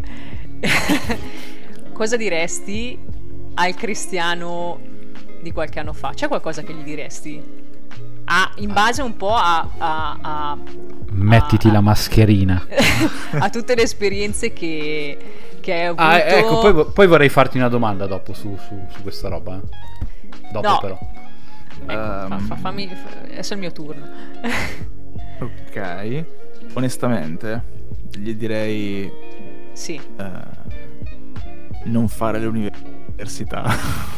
Cosa diresti al Cristiano di qualche anno fa? C'è qualcosa che gli diresti? Ah, in base un po' a... a, a Mettiti a, la mascherina. A tutte le esperienze che, che hai avuto. Ah, ecco, poi, poi vorrei farti una domanda dopo su, su, su questa roba. Eh. Dopo No. però. Ecco, fa, Um, fa, fammi, fa- adesso è il mio turno. Ok. Onestamente, gli direi Sì. eh, non fare l'università.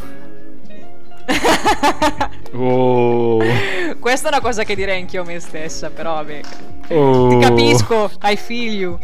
Oh. Questa è una cosa che direi anch'io a me stessa, però vabbè. Oh. Ti capisco, I feel you.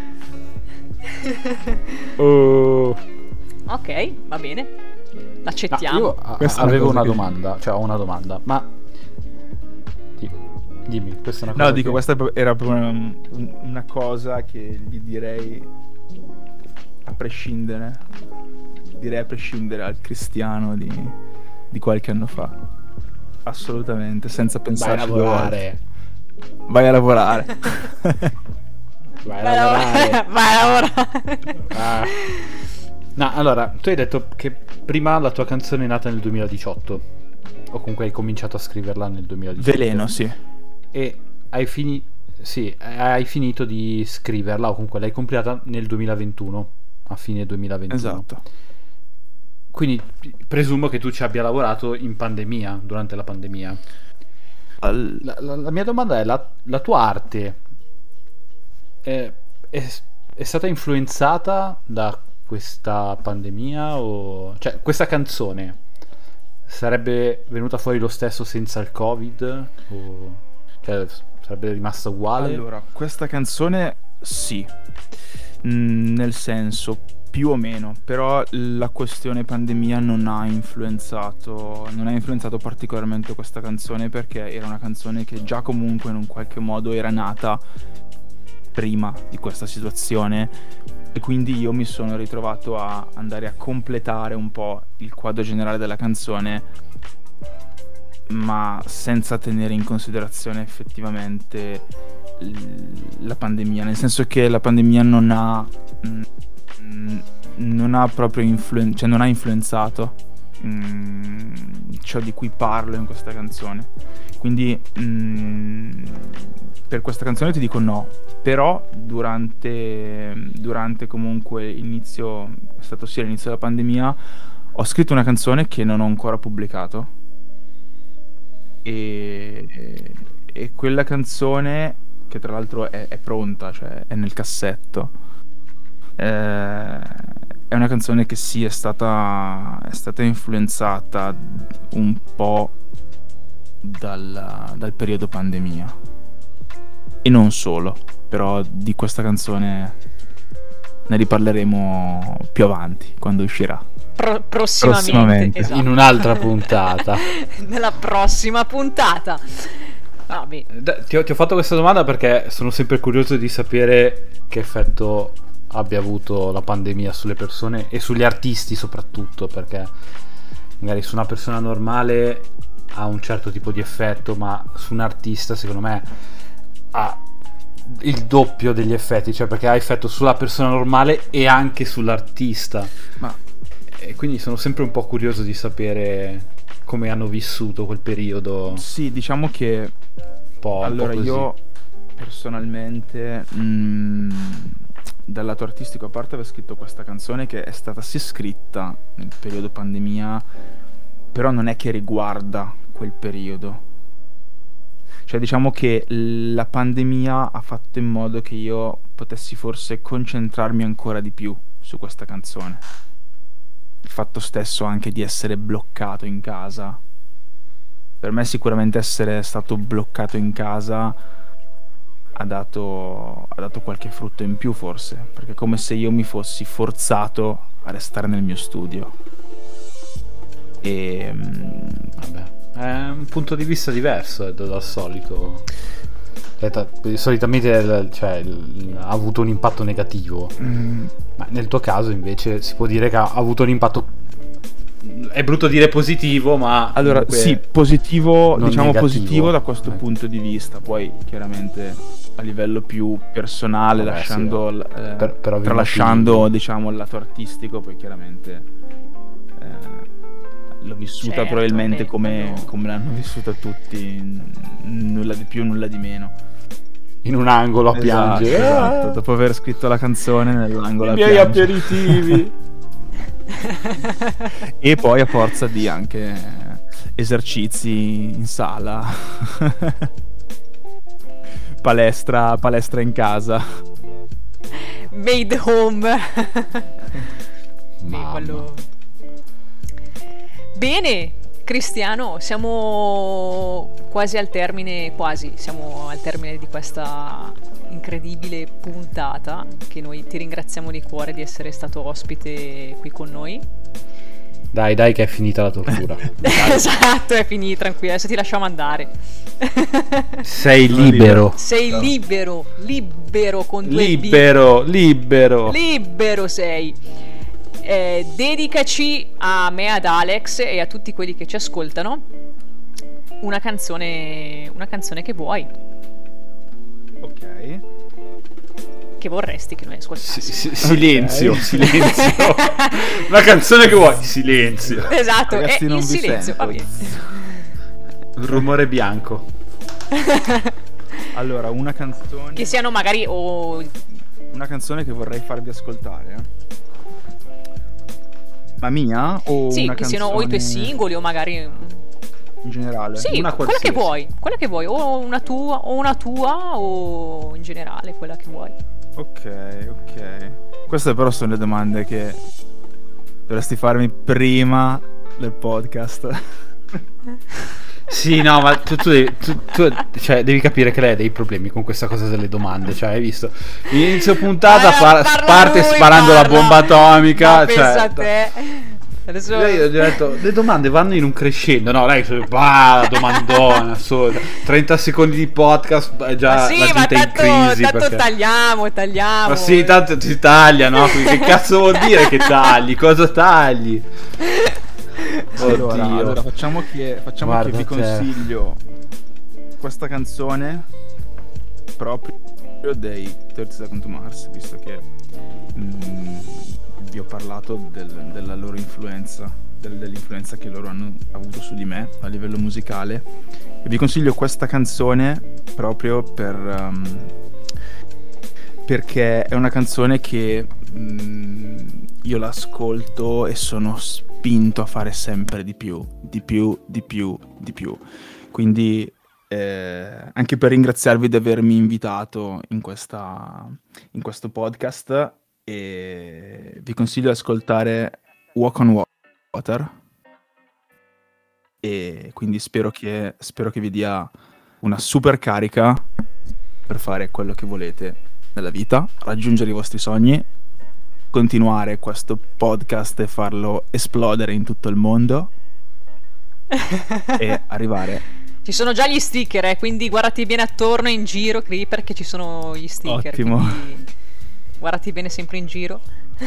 Oh. Ok, va bene. L'accettiamo. Ah, io a- Questa è una avevo cosa una che- domanda, cioè ho una domanda, ma Di- dimmi, questa è una No, cosa dico, che- questa era proprio una, un- una cosa che gli direi a prescindere. Direi a prescindere al Cristiano di, di qualche anno fa. Assolutamente, senza vai a pensarci due volte. lavorare. Vai a lavorare. Vai a Vai a lavorare. lavorare. Vai a lavorare. Ah. No, allora, tu hai detto che prima la tua canzone è nata nel duemiladiciotto, o comunque hai cominciato a scriverla nel duemiladiciotto. Veleno, sì. E hai, fini- sì, hai finito di scriverla, o comunque l'hai completata nel duemilaventuno, a fine duemilaventuno. Esatto. Quindi presumo che tu ci abbia lavorato in pandemia, durante la pandemia. Al- La, la- la mia domanda è, la, la tua arte è, è, è stata influenzata da questa pandemia? O cioè, questa canzone sarebbe venuta fuori lo stesso senza il Covid? O cioè, sarebbe rimasta uguale? Allora, questa canzone sì. Mm, nel senso, più o meno, però la questione pandemia non ha influenzato non ha influenzato particolarmente questa canzone, perché era una canzone che già comunque in un qualche modo era nata prima di questa situazione, e quindi io mi sono ritrovato a andare a completare un po' il quadro generale della canzone, ma senza tenere in considerazione effettivamente l- la pandemia, nel senso che la pandemia non ha mh, mh, non ha proprio influen- cioè non ha influenzato mh, ciò di cui parlo in questa canzone, quindi mh, per questa canzone ti dico no, però durante durante comunque l'inizio, è stato sia l'inizio della pandemia, ho scritto una canzone che non ho ancora pubblicato, e, e quella canzone, che tra l'altro è, è pronta, cioè è nel cassetto, eh, è una canzone che sì, è stata è stata influenzata un po' dal, dal periodo pandemia, e non solo, però di questa canzone ne riparleremo più avanti, quando uscirà. Pro- prossimamente, Prossimamente. esatto. In un'altra puntata. Nella prossima puntata. Vabbè. Da- Ti ho, ti ho fatto questa domanda perché sono sempre curioso di sapere che effetto abbia avuto la pandemia sulle persone e sugli artisti soprattutto, perché magari su una persona normale ha un certo tipo di effetto, ma su un artista secondo me ha il doppio degli effetti, cioè perché ha effetto sulla persona normale e anche sull'artista. Ma e quindi sono sempre un po' curioso di sapere come hanno vissuto quel periodo. sì, diciamo che Un po', un allora po' così. io personalmente mh, dal lato artistico, a parte aver scritto questa canzone che è stata sì scritta nel periodo pandemia, però non è che riguarda quel periodo. Cioè diciamo che la pandemia ha fatto in modo che io potessi forse concentrarmi ancora di più su questa canzone. Il fatto stesso anche di essere bloccato in casa. Per me sicuramente essere stato bloccato in casa ha dato, ha dato qualche frutto in più forse, perché è come se io mi fossi forzato a restare nel mio studio. E mm, Vabbè, è un punto di vista diverso eh, dal solito. Cioè, ta- solitamente il- cioè, il- ha avuto un impatto negativo, mm, ma nel tuo caso invece si può dire che ha avuto un impatto, è brutto dire positivo, ma allora comunque sì, positivo, non diciamo negativo. positivo da questo Eh. punto di vista. Poi chiaramente a livello più personale, Vabbè, lasciando sì, l- eh, per- per ovvi tralasciando motivi. diciamo il lato artistico, poi chiaramente eh, l'ho vissuta Certo, probabilmente beh, come, quello- come l'hanno vissuta tutti, n- nulla di più, nulla di meno. in un angolo a Esatto, piangere. esatto. Ah, Dopo aver scritto la canzone nell'angolo i a miei piangere. aperitivi. E poi a forza di anche esercizi in sala, palestra, palestra in casa. Made home. Sì, Mamma. quello- Bene, Cristiano, siamo quasi al termine, quasi, siamo al termine di questa incredibile puntata, che noi ti ringraziamo di cuore di essere stato ospite qui con noi. Dai, dai, che è finita la tortura. Esatto, è finita, tranquillo, adesso ti lasciamo andare. Sei Sono libero. Sei No. libero, libero con due B. Libero, libero. Libero sei. Eh, dedicaci a me, ad Alex e a tutti quelli che ci ascoltano una canzone, una canzone che vuoi, Ok. che vorresti che noi Si- ascoltassimo. si- silenzio, Ok. silenzio. Una canzone che vuoi? Silenzio. Esatto, Ragazzi, è non il vi silenzio, sento. va bene. Un rumore bianco. Allora, una canzone. Che siano magari o Una canzone che vorrei farvi ascoltare. eh. Ma mia? O sì, una che siano o i tuoi canzone singoli o magari in generale? sì, Una quella che qualsiasi. vuoi, quella che vuoi, o una tua o una tua o in generale quella che vuoi. Ok, ok. Queste però sono le domande che dovresti farmi prima del podcast. Sì, no, ma tu, tu devi, tu- tu- cioè, devi capire che lei ha dei problemi con questa cosa delle domande. Cioè, hai visto? Inizio puntata, Ah, fa- parla parte lui, sparando la parla. bomba atomica. Ma pensa Cioè, a te. Adesso lei ho detto, le domande vanno in un crescendo. No, lei bah, domandona assurda. trenta secondi di podcast è già ma sì, la ma gente è in tanto, crisi. tanto perché- tagliamo, tagliamo. Ma sì, tanto si taglia, no? Quindi che cazzo vuol dire che tagli? Cosa tagli? Allora, Oddio. allora, facciamo che, facciamo Guarda che vi te. consiglio questa canzone proprio dei thirty Seconds to Mars, visto che mm, vi ho parlato del- della loro influenza, del- dell'influenza che loro hanno avuto su di me a livello musicale. E vi consiglio questa canzone proprio per um, perché è una canzone che mm, io l'ascolto e sono spinto a fare sempre di più, di più, di più, di più. Quindi eh, anche per ringraziarvi di avermi invitato in questa in questo podcast, e vi consiglio di ascoltare Walk on Water, e quindi spero che spero che vi dia una super carica per fare quello che volete nella vita, raggiungere i vostri sogni, continuare questo podcast e farlo esplodere in tutto il mondo e arrivare. Ci sono già gli sticker, eh, quindi guardati bene attorno in giro, Creeper, che ci sono gli sticker. Ottimo. quindi Guardati bene sempre in giro.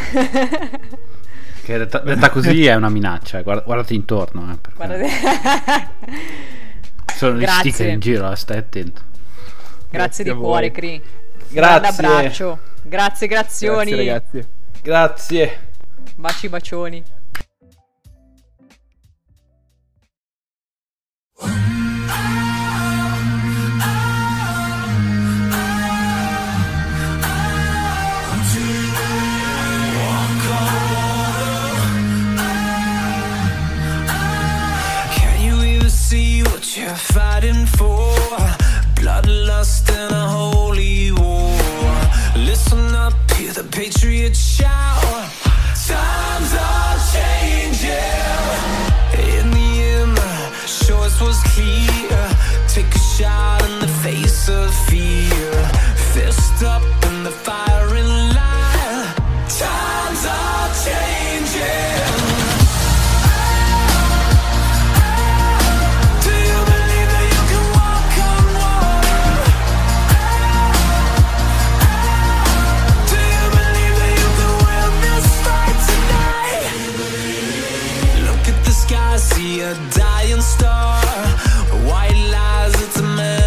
Che detta, detta così è una minaccia. Guarda, guardati intorno. Eh, perché Guardate. sono gli Grazie. sticker in giro, eh, stai attento. Grazie di a voi. cuore, Cri. Grazie. Un abbraccio. Grazie, grazioni. Grazie ragazzi. Grazie. Baci, bacioni. Can you even see what you're fighting for? Bloodlust and a holy war. Listen up, hear the patriots shout. Times are changing. In the end, choice was clear. Take a shot in the face of fear. Fist up in the firing line. Times are changing. Do you believe that you can walk on water? Do you believe that you can win this fight tonight? Look at the sky, see a dying star. White lies, it's a man.